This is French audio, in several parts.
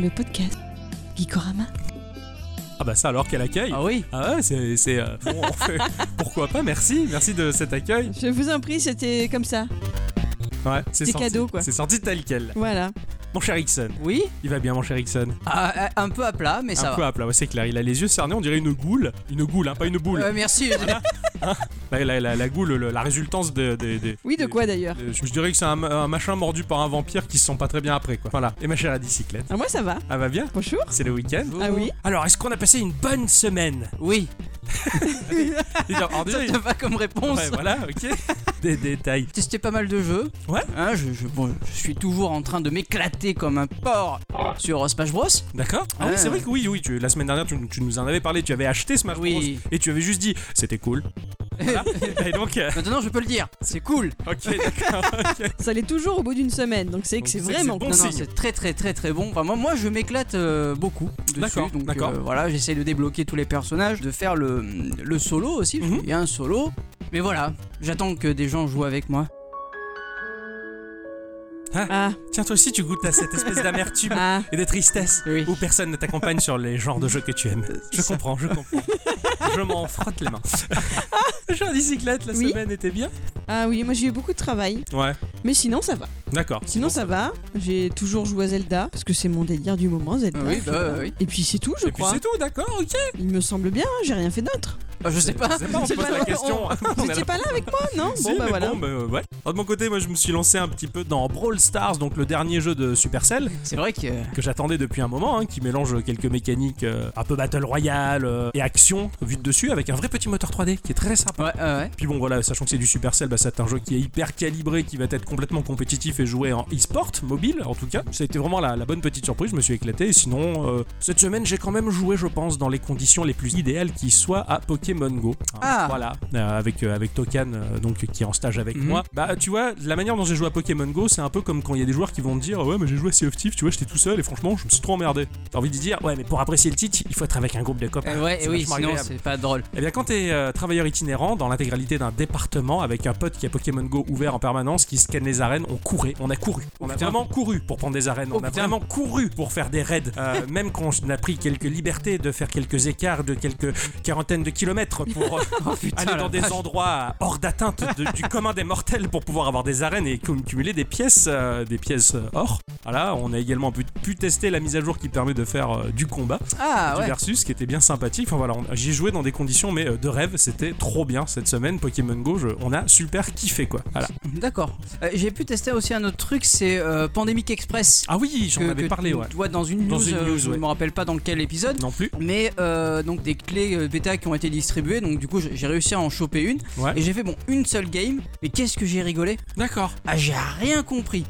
le podcast Geekorama. Ah bah ça alors, quel accueil. Ah oui. Ah ouais, c'est bon, pourquoi pas, merci de cet accueil. Je vous en prie, c'était comme ça. Ouais, c'est Des sorti, cadeaux, quoi. C'est sorti tel quel. Voilà. Mon cher Ixon, Oui. il va bien mon cher Ixon. Un peu à plat, mais ça Un peu va. à plat, ouais, c'est clair, il a les yeux cernés, on dirait une goule, hein, pas une boule. Merci. La goule, la résultance de Oui, de quoi d'ailleurs? je dirais que c'est un machin mordu par un vampire qui se sent pas très bien après, quoi. Voilà. Et ma chère Adicyclette, Ah, moi ça va. elle va bien? Bonjour. C'est le week-end. Ah oui. Alors, est-ce qu'on a passé une bonne semaine? Oui. Alors, déjà, Ça te va comme réponse. ouais, voilà, ok. Des détails. J'ai testé pas mal de jeux. Ouais. Hein, je suis toujours en train de m'éclater comme un porc sur Smash Bros. D'accord. Ah oui, c'est vrai que oui, la semaine dernière, tu nous en avais parlé, tu avais acheté Smash Bros. Oui. Et tu avais juste dit, c'était cool. Voilà. Et donc, Maintenant, je peux le dire. C'est cool. ok, d'accord. ok. Ça l'est toujours au bout d'une semaine, donc c'est que Donc, c'est c'est vraiment bon cool. Non, signe. c'est très très très très bon. Enfin, moi je m'éclate beaucoup dessus. D'accord, Donc d'accord. voilà, j'essaie de débloquer tous les personnages, de faire le solo aussi. Parce Mhm. qu'il y a un solo. Mais voilà, j'attends que des gens jouent avec moi. Ah, Tiens, toi aussi, tu goûtes à cette espèce d'amertume ah. et de tristesse Oui. où personne ne t'accompagne sur les genres de jeux que tu aimes. Je comprends. Je m'en frotte les mains. Genre bicyclette, la Oui. semaine était bien? Ah oui, moi j'ai eu beaucoup de travail, Ouais, mais sinon ça va. d'accord. Sinon ça va. J'ai toujours joué à Zelda parce que c'est mon délire du moment, Zelda. Oui, je sais bah pas. oui. Et puis c'est tout, je Et puis crois. c'est tout, d'accord, ok. Il me semble bien, hein, j'ai rien fait d'autre. Je sais pas. Je sais pas, on C'est pose pas la là, question. Vous étiez pas là avec moi, non? Si, Bon bah mais voilà. bon, ouais. Alors, de mon côté, moi je me suis lancé un petit peu dans Brawl Stars, donc le dernier jeu de Supercell C'est vrai que. que j'attendais depuis un moment, hein, qui mélange quelques mécaniques un peu Battle Royale et action vu de dessus avec un vrai petit moteur 3D qui est très sympa. Ouais. Puis bon voilà, sachant que c'est du Supercell, bah, c'est un jeu qui est hyper calibré, qui va être complètement compétitif et joué en e-sport, mobile en tout cas. Ça a été vraiment la bonne petite surprise, je me suis éclaté. Et sinon, cette semaine j'ai quand même joué, je pense, dans les conditions les plus idéales qui soient à Pokémon Go. Ah. Voilà, avec Tokan, donc qui est en stage avec Mhm. moi. Bah tu vois, la manière dont j'ai joué à Pokémon Go, c'est un peu comme quand il y a des joueurs qui vont te dire ouais mais j'ai joué à Sea of Thieves, tu vois, j'étais tout seul et franchement je me suis trop emmerdé. T'as envie de dire ouais mais pour apprécier le titre, il faut être avec un groupe de copains. Ouais, C'est oui, vachement sinon agréable. c'est pas drôle. Eh bien, quand t'es travailleur itinérant dans l'intégralité d'un département avec un pote qui a Pokémon Go ouvert en permanence, qui scanne les arènes, on a couru. On a putain. vraiment couru pour prendre des arènes. Oh, On a putain. vraiment couru pour faire des raids. Même quand on a pris quelques libertés de faire quelques écarts de quelques quarantaines de kilomètres pour aller la dans des vache. endroits hors d'atteinte du commun des mortels pour pouvoir avoir des arènes et cumuler des pièces or. Voilà, on a également pu tester la mise à jour qui permet de faire du combat. Ah Du ouais. versus qui était bien sympathique. Enfin voilà, j'y ai joué dans des conditions mais de rêve, c'était trop bien cette semaine. Pokémon Go, on a super kiffé quoi. Voilà. D'accord. J'ai pu tester aussi un autre truc, c'est Pandemic Express. Ah oui, j'en avais parlé, ouais. Tu vois dans une Dans news, une news, je ouais. me rappelle pas dans quel épisode. Non plus. Mais donc des clés bêta qui ont été distribuées, donc du coup j'ai réussi à en choper une. Ouais. Et j'ai fait une seule game. Mais qu'est-ce que j'ai rigolé? D'accord. Ah, j'ai rien compris.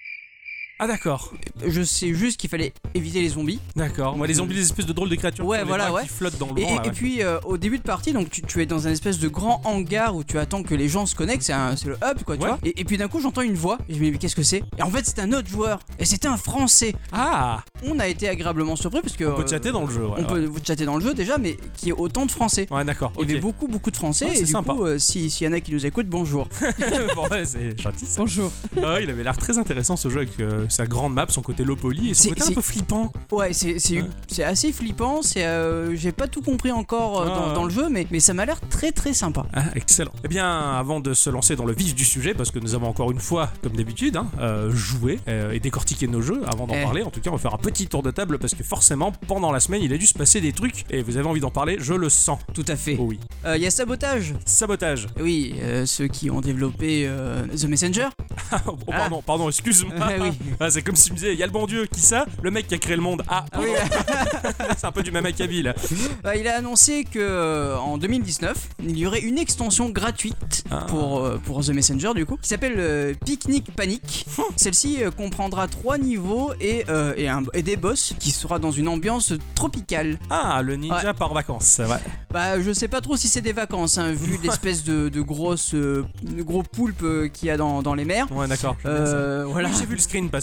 Ah d'accord. Je sais juste qu'il fallait éviter les zombies. D'accord. Moi les zombies, les espèces de drôles de créatures Ouais, qui ont les voilà, bras ouais. qui flottent dans le Et, vent. là, et ouais. puis au début de partie, donc tu es dans un espèce de grand hangar où tu attends que les gens se connectent, c'est le hub quoi, tu Ouais. vois. Et puis d'un coup j'entends une voix, et je me dis mais qu'est-ce que c'est? Et en fait c'est un autre joueur, et c'était un français. Ah, On a été agréablement surpris parce que on peut chatter dans le jeu. Ouais, on peut vous chatter dans le jeu déjà, mais qui est autant de français. Ouais, d'accord. Il y avait Ok. beaucoup de français, Ouais, et c'est du sympa. coup s'il y en a qui nous écoutent, bonjour. Bon, ouais, c'est gentil. Ça. Bonjour. Ah ouais, il avait l'air très intéressant ce jeu avec sa grande map, son côté low poly et son côté un peu flippant. Ouais, c'est assez flippant, j'ai pas tout compris encore dans le jeu, mais ça m'a l'air très très sympa. Ah, excellent. Eh bien, avant de se lancer dans le vif du sujet, parce que nous avons encore une fois, comme d'habitude, joué et décortiqué nos jeux, avant d'en parler, en tout cas, on va faire un petit tour de table, parce que forcément, pendant la semaine, il a dû se passer des trucs, et vous avez envie d'en parler, je le sens. Tout à fait. Oh oui. Il y a Sabotage. Sabotage. Oui, ceux qui ont développé The Messenger. Oh, pardon, excuse-moi. Oui. Ah, c'est comme si tu me disais, il y a le bon Dieu, qui ça? Le mec qui a créé le monde. Ah, Ah oui. c'est un peu du même acabit là. Il a annoncé que en 2019, il y aurait une extension gratuite pour The Messenger du coup, qui s'appelle Picnic Panic. Celle-ci comprendra 3 niveaux et des boss qui sera dans une ambiance tropicale. Ah, le ninja part en vacances, ouais. Bah je sais pas trop si c'est des vacances, hein, vu l'espèce de gros poulpe qu'il y a dans les mers. Ouais, d'accord. Voilà. Oui, j'ai vu le screen passer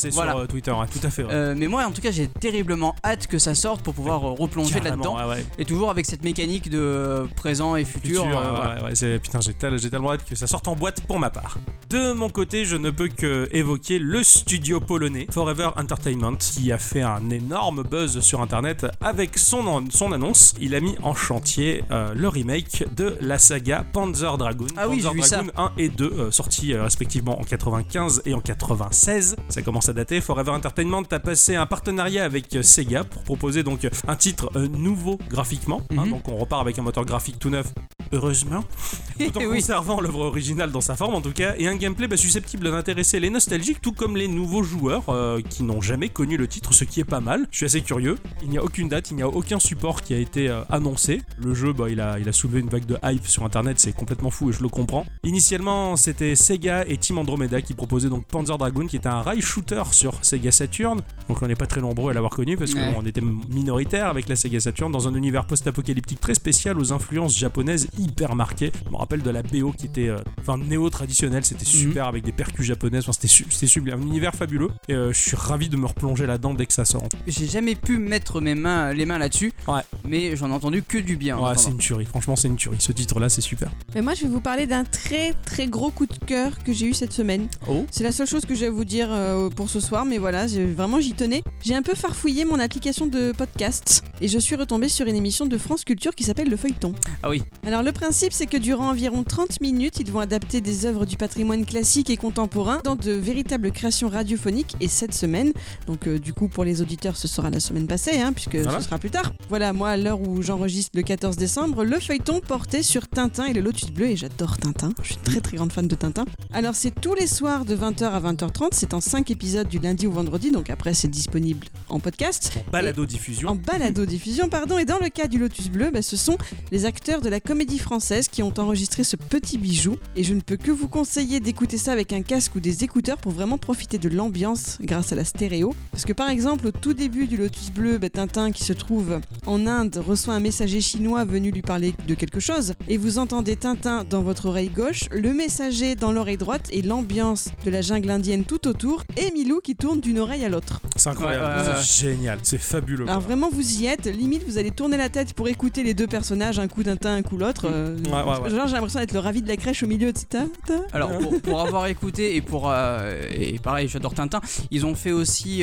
passer sur Twitter, tout à fait. Mais moi, en tout cas, j'ai terriblement hâte que ça sorte pour pouvoir replonger là-dedans. Et toujours avec cette mécanique de présent et futur. Putain, j'ai tellement hâte que ça sorte en boîte pour ma part. De mon côté, je ne peux que évoquer le studio polonais Forever Entertainment qui a fait un énorme buzz sur internet avec son annonce. Il a mis en chantier le remake de la saga Panzer Dragoon. Panzer Dragoon 1 et 2, sortis respectivement en 95 et en 96. Ça commence à dater. Forever Entertainment a passé un partenariat avec Sega pour proposer donc un titre nouveau graphiquement. Donc on repart avec un moteur graphique tout neuf. Heureusement, tout en conservant l'œuvre originale dans sa forme en tout cas, et un gameplay susceptible d'intéresser les nostalgiques tout comme les nouveaux joueurs qui n'ont jamais connu le titre, ce qui est pas mal. Je suis assez curieux. Il n'y a aucune date, il n'y a aucun support qui a été annoncé. Le jeu, il a soulevé une vague de hype sur internet, c'est complètement fou et je le comprends. Initialement, c'était Sega et Team Andromeda qui proposaient donc Panzer Dragoon, qui était un rail shooter sur Sega Saturn. Donc on n'est pas très nombreux à l'avoir connu parce qu'on était minoritaire avec la Sega Saturn dans un univers post-apocalyptique très spécial aux influences japonaises hyper marquées. Je me rappelle de la BO qui était néo-traditionnelle, c'était super avec des percus japonaises, c'était sublime, un univers fabuleux et je suis ravi de me replonger là-dedans dès que ça sort. J'ai jamais pu mettre les mains là-dessus, mais j'en ai entendu que du bien. C'est une tuerie, franchement c'est une tuerie, ce titre-là c'est super. Mais moi je vais vous parler d'un très très gros coup de cœur que j'ai eu cette semaine. C'est la seule chose que je vais vous dire pour ce soir, mais voilà, j'y tenais. J'ai un peu farfouillé mon application de podcast et je suis retombée sur une émission de France Culture qui s'appelle Le Feuilleton. Ah oui. Alors le principe c'est que durant environ 30 minutes, ils vont adapter des œuvres du patrimoine classique et contemporain dans de véritables créations radiophoniques, et cette semaine, donc du coup pour les auditeurs ce sera la semaine passée puisque ce sera plus tard. Voilà, moi à l'heure où j'enregistre le 14 décembre, Le Feuilleton portait sur Tintin et le Lotus Bleu, et j'adore Tintin, je suis très très grande fan de Tintin. Alors c'est tous les soirs de 20h à 20h30, c'est en 5 épisodes du lundi au vendredi, donc après c'est disponible en podcast. En balado-diffusion, pardon, et dans le cas du Lotus Bleu, ce sont les acteurs de la Comédie Française qui ont enregistré ce petit bijou, et je ne peux que vous conseiller d'écouter ça avec un casque ou des écouteurs pour vraiment profiter de l'ambiance grâce à la stéréo. Parce que par exemple au tout début du Lotus Bleu, Tintin qui se trouve en Inde reçoit un messager chinois venu lui parler de quelque chose, et vous entendez Tintin dans votre oreille gauche, le messager dans l'oreille droite, et l'ambiance de la jungle indienne tout autour, et Milou qui tourne d'une oreille à l'autre. C'est incroyable, c'est génial, c'est fabuleux. Alors vraiment vous y êtes, limite vous allez tourner la tête pour écouter les deux personnages, un coup Tintin, un coup l'autre. Genre j'ai l'impression d'être le ravi de la crèche au milieu de Tintin. Alors pour avoir écouté et pareil j'adore Tintin, ils ont fait aussi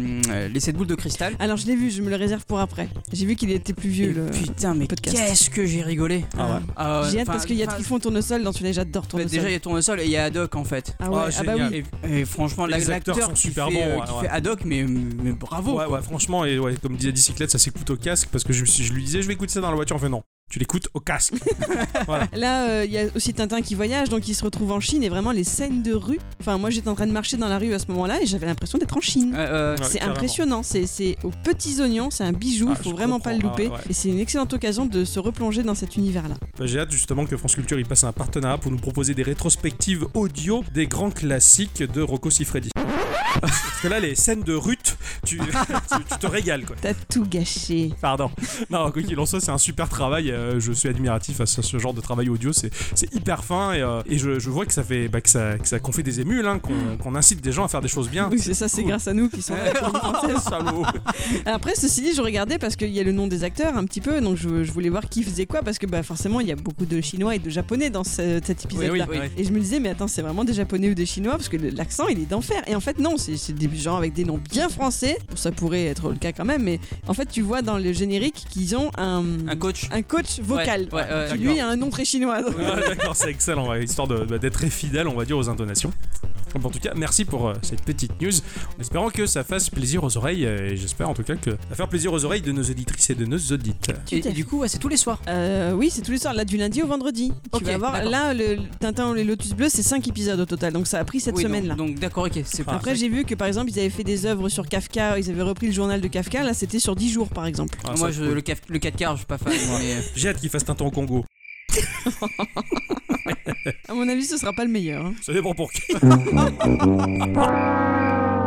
les 7 boules de cristal. Alors je l'ai vu, je me le réserve pour après. J'ai vu qu'il était plus vieux le putain mais podcast. Qu'est-ce que j'ai rigolé. J'ai hâte parce qu'il y a Trifon Tournesol dans celui-là, j'adore Tournesol. Déjà il y a Tournesol et il y a Haddock en fait. Oui. Et franchement les acteurs sont super bons qui fait Haddock mais bravo. Franchement, et comme disait Bicyclette, ça s'écoute au casque parce que je lui disais je vais écouter ça dans la voiture, en fait non. Tu l'écoutes au casque. Voilà. Là, il y a aussi Tintin qui voyage, donc il se retrouve en Chine, et vraiment les scènes de rue. Enfin, moi j'étais en train de marcher dans la rue à ce moment-là et j'avais l'impression d'être en Chine. C'est impressionnant, c'est aux petits oignons, c'est un bijou, il faut vraiment pas le louper. Et c'est une excellente occasion de se replonger dans cet univers-là. J'ai hâte justement que France Culture passe un partenariat pour nous proposer des rétrospectives audio des grands classiques de Rocco Siffredi. Parce que là, les scènes de Ruth, tu te régales quoi. T'as tout gâché. Pardon. Non, quoi qu'il en soit, c'est un super travail. Je suis admiratif à ce genre de travail audio. C'est hyper fin et je vois que ça fait qu'on fait des émules, qu'on incite des gens à faire des choses bien. Oui, c'est ça, c'est grâce à nous qui sont là. Salaud. Après, ceci dit, je regardais parce qu'il y a le nom des acteurs un petit peu, donc je voulais voir qui faisait quoi, parce que forcément, il y a beaucoup de Chinois et de Japonais dans cet épisode-là. Oui. Et je me disais, mais attends, c'est vraiment des Japonais ou des Chinois, parce que l'accent, il est d'enfer. Et en fait, non, c'est des gens avec des noms bien français. Bon, ça pourrait être le cas quand même, mais en fait, tu vois dans le générique qu'ils ont un coach vocal qui lui a un nom très chinois. D'accord, c'est excellent, histoire d'être très fidèle, on va dire, aux intonations. En tout cas, merci pour cette petite news, en espérant que ça fasse plaisir aux oreilles, et j'espère en tout cas que ça va faire plaisir aux oreilles de nos auditrices et de nos auditeurs. Et du coup, c'est tous les soirs. Oui, c'est tous les soirs, là du lundi au vendredi. Tu vas voir, là le Tintin et les Lotus Bleus, c'est 5 épisodes au total, donc ça a pris cette semaine-là. Donc d'accord, ok. Après, j'ai vu que par exemple, ils avaient fait des œuvres sur Kafka, ils avaient repris le journal de Kafka, là c'était sur 10 jours par exemple. Moi, le 4 quarts, je suis pas fan. Mais... J'ai hâte qu'ils fassent Tintin au Congo. À mon avis, ce sera pas le meilleur. Ça dépend pour qui.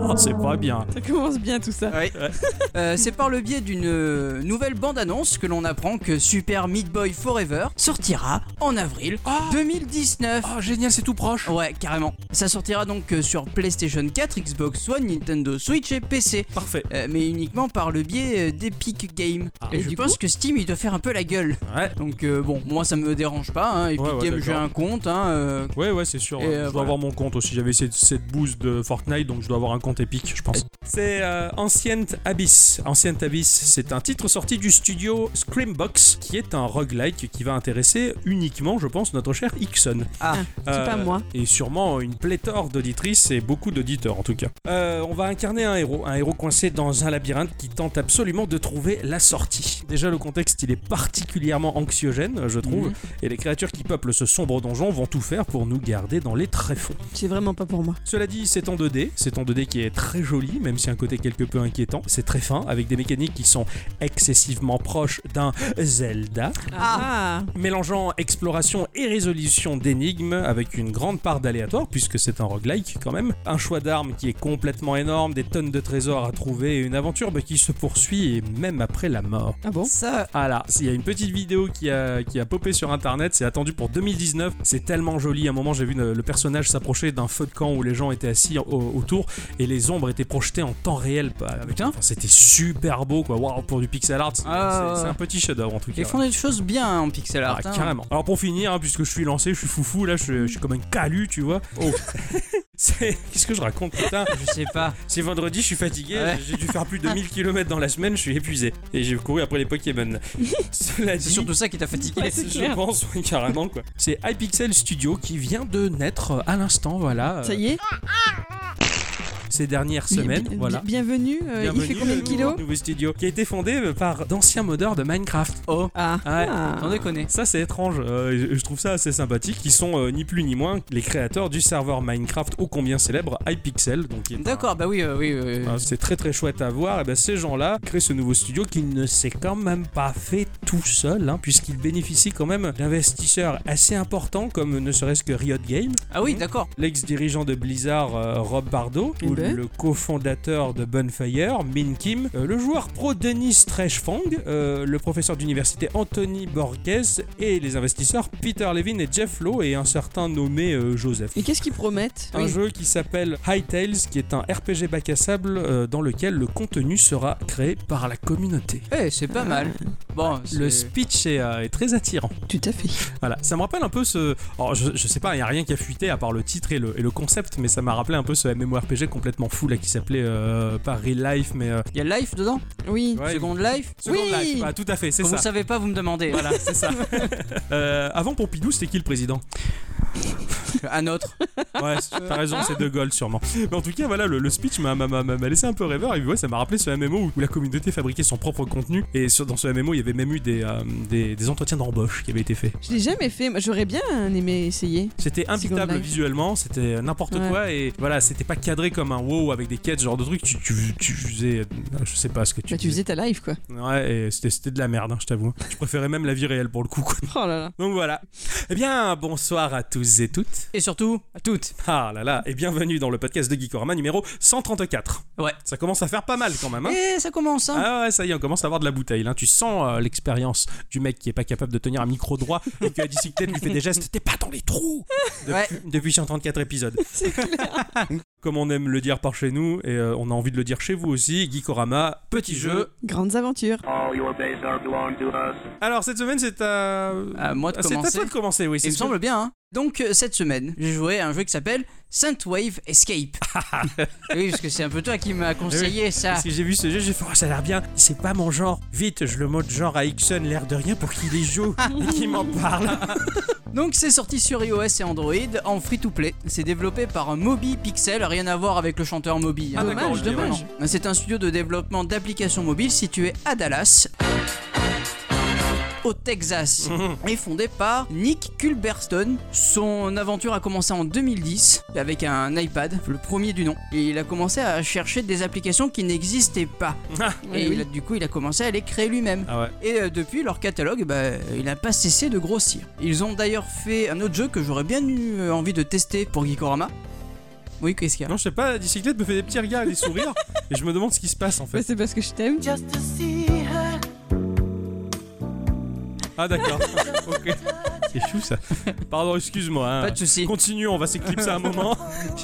C'est pas bien. Ça commence bien tout ça. Ouais. C'est par le biais d'une nouvelle bande-annonce que l'on apprend que Super Meat Boy Forever sortira en avril 2019. Oh, génial, c'est tout proche. Ouais, carrément. Ça sortira donc sur PlayStation 4, Xbox One, Nintendo Switch et PC. Parfait. Mais uniquement par le biais d'Epic Games. Et je pense que Steam il doit faire un peu la gueule. Ouais. Donc bon, moi ça me dérange pas. Hein. Epic Games, d'accord. j'ai un compte. Hein, Ouais, c'est sûr. Et, Je dois voilà. avoir mon compte aussi. J'avais cette boost de Fortnite, donc je dois avoir un compte Epic, je pense. C'est Ancient Abyss. Ancient Abyss, c'est un titre sorti du studio Screambox, qui est un roguelike qui va intéresser uniquement, je pense, notre cher Ixon. C'est pas moi. Et sûrement une pléthore d'auditrices et beaucoup d'auditeurs en tout cas. On va incarner un héros coincé dans un labyrinthe qui tente absolument de trouver la sortie. Déjà le contexte il est particulièrement anxiogène, je trouve, et les créatures qui peuplent ce sombre donjon vont tout faire pour nous garder dans les tréfonds. C'est vraiment pas pour moi. Cela dit, c'est en 2D qui est très joli, même si un côté quelque peu inquiétant. C'est très fin, avec des mécaniques qui sont excessivement proches d'un Zelda, mélangeant exploration et résolution d'énigmes avec une grande part d'aléatoire, puisque c'est un roguelike quand même. Un choix d'armes qui est complètement énorme, des tonnes de trésors à trouver et une aventure qui se poursuit et même après la mort. Ah bon? Ça, Voilà, il y a une petite vidéo qui a popé sur internet, c'est attendu pour 2019, c'est tellement joli. À un moment j'ai vu le personnage s'approcher d'un feu de camp où les gens étaient assis autour et les ombres étaient projetées en temps réel. Putain. Enfin, c'était super beau quoi. Waouh, pour du pixel art, c'est un petit chef-d'œuvre en tout cas. ils font des choses bien en pixel art. hein. Carrément. Alors pour finir, puisque je suis lancé, je suis foufou, là je suis comme un calu, tu vois. Oh. Qu'est-ce que je raconte, putain? Je sais pas. C'est vendredi, je suis fatigué, Ouais. j'ai dû faire plus de 1000 km dans la semaine, je suis épuisé. Et j'ai couru après les Pokémon. Cela dit, C'est surtout ça qui t'a fatigué. Ouais, c'est je clair. pense, oui, carrément quoi. C'est Hypixel Studio qui vient de naître à l'instant, voilà. Ça y est. Ces dernières semaines, voilà. Bienvenue. Il Bienvenue, fait combien de kilos? Nouveau studio qui a été fondé par d'anciens modeurs de Minecraft. Oh, Ah. Ouais. sans déconner. Ça c'est étrange, je trouve ça assez sympathique. Ils sont ni plus ni moins les créateurs du serveur Minecraft ô combien célèbre Hypixel. Donc, qui est D'accord, bah oui. c'est très très chouette à voir. Et ben, ces gens-là créent ce nouveau studio qui ne s'est quand même pas fait tout seul, puisqu'il bénéficie quand même d'investisseurs assez importants comme ne serait-ce que Riot Games, Ah oui, d'accord. l'ex-dirigeant de Blizzard Rob Bardo, ou le cofondateur de Bonfire Min Kim, le joueur pro Denis Treshfang, le professeur d'université Anthony Borges et les investisseurs Peter Levin et Jeff Lowe et un certain nommé Joseph. Et qu'est-ce qu'ils promettent? Un jeu qui s'appelle High Tales, qui est un RPG bac à sable dans lequel le contenu sera créé par la communauté. Eh, c'est pas mal. Bon, Le speech est très attirant. Tout à fait. Voilà, ça me rappelle un peu ce... Alors, je sais pas, il n'y a rien qui a fuité à part le titre et le concept, mais ça m'a rappelé un peu ce MMORPG complètement fou là qui s'appelait pas Real Life, mais... il y a Life dedans. Oui. Ouais, Second Life. Second Oui. Life, bah, tout à fait, c'est Quand ça. vous savez pas, vous me demandez. Voilà, c'est ça. Avant Pompidou, c'était qui le président? Un autre. Ouais, t'as raison, c'est De Gaulle sûrement. Mais en tout cas, voilà, le speech m'a laissé un peu rêveur. Et ouais, ça m'a rappelé ce MMO où la communauté fabriquait son propre contenu. Et dans ce MMO, il y avait même eu des entretiens d'embauche qui avaient été faits. Je l'ai jamais fait. Moi, j'aurais bien aimé essayer. C'était Second imbitable Life. visuellement, c'était n'importe Ouais. quoi. Et voilà, c'était pas cadré comme un WoW avec des quêtes, ce genre de trucs. Tu faisais. Je sais pas ce que tu Bah, tu faisais ta live, quoi. Ouais, et c'était de la merde, je t'avoue. Je préférais même la vie réelle pour le coup, quoi. Oh là là. Donc voilà. Eh bien, bonsoir à tous et toutes. Et surtout, à toutes. Ah là là, et bienvenue dans le podcast de Geekorama numéro 134. Ouais. Ça commence à faire pas mal quand même, hein. Et ça commence, hein. Ah ouais, ça y est, on commence à avoir de la bouteille, là. Tu sens l'expérience du mec qui est pas capable de tenir un micro droit et que la bicyclette lui fait des gestes. T'es pas dans les trous depuis 134 épisodes. C'est clair. Comme on aime le dire par chez nous, et on a envie de le dire chez vous aussi, Geekorama, petit jeu. Grandes aventures. All your base are belong to us. Alors cette semaine, c'est à... À moi de C'est à commencer. toi de commencer, oui. Il me semble bien, hein. Donc, cette semaine, j'ai joué à un jeu qui s'appelle Synthwave Escape. Oui, parce que c'est un peu toi qui m'as conseillé ça. Parce que j'ai vu ce jeu, j'ai fait, oh, ça a l'air bien. C'est pas mon genre. Vite, je le mode genre à Ixon, l'air de rien, pour qu'il y joue et qu'il m'en parle. Donc, c'est sorti sur iOS et Android en free-to-play. C'est développé par Moby Pixel, rien à voir avec le chanteur Moby. Ah, d'accord, Dommage, ok, dommage. Non. C'est un studio de développement d'applications mobiles situé à Dallas, au Texas, et fondé par Nick Culbertson. Son aventure a commencé en 2010 avec un iPad, le premier du nom, et il a commencé à chercher des applications qui n'existaient pas. Et Oui. du coup, il a commencé à les créer lui-même. Ah ouais. Et depuis, leur catalogue, il n'a pas cessé de grossir. Ils ont d'ailleurs fait un autre jeu que j'aurais bien eu envie de tester pour Geekorama. Oui, qu'est-ce qu'il y a? Non, je sais pas, la bicyclette me fait des petits regards et des sourires, et je me demande ce qui se passe en Bah, fait. c'est parce que je t'aime. Ah d'accord, ok. C'est chou ça. Pardon, excuse-moi. Hein. Pas de soucis. Continuons, on va s'éclipser un moment.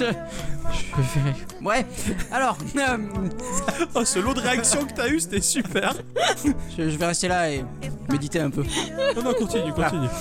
Ouais, alors, Oh, ce lot de réactions que t'as eu, c'était super. je vais rester là et méditer un peu. Non, continue.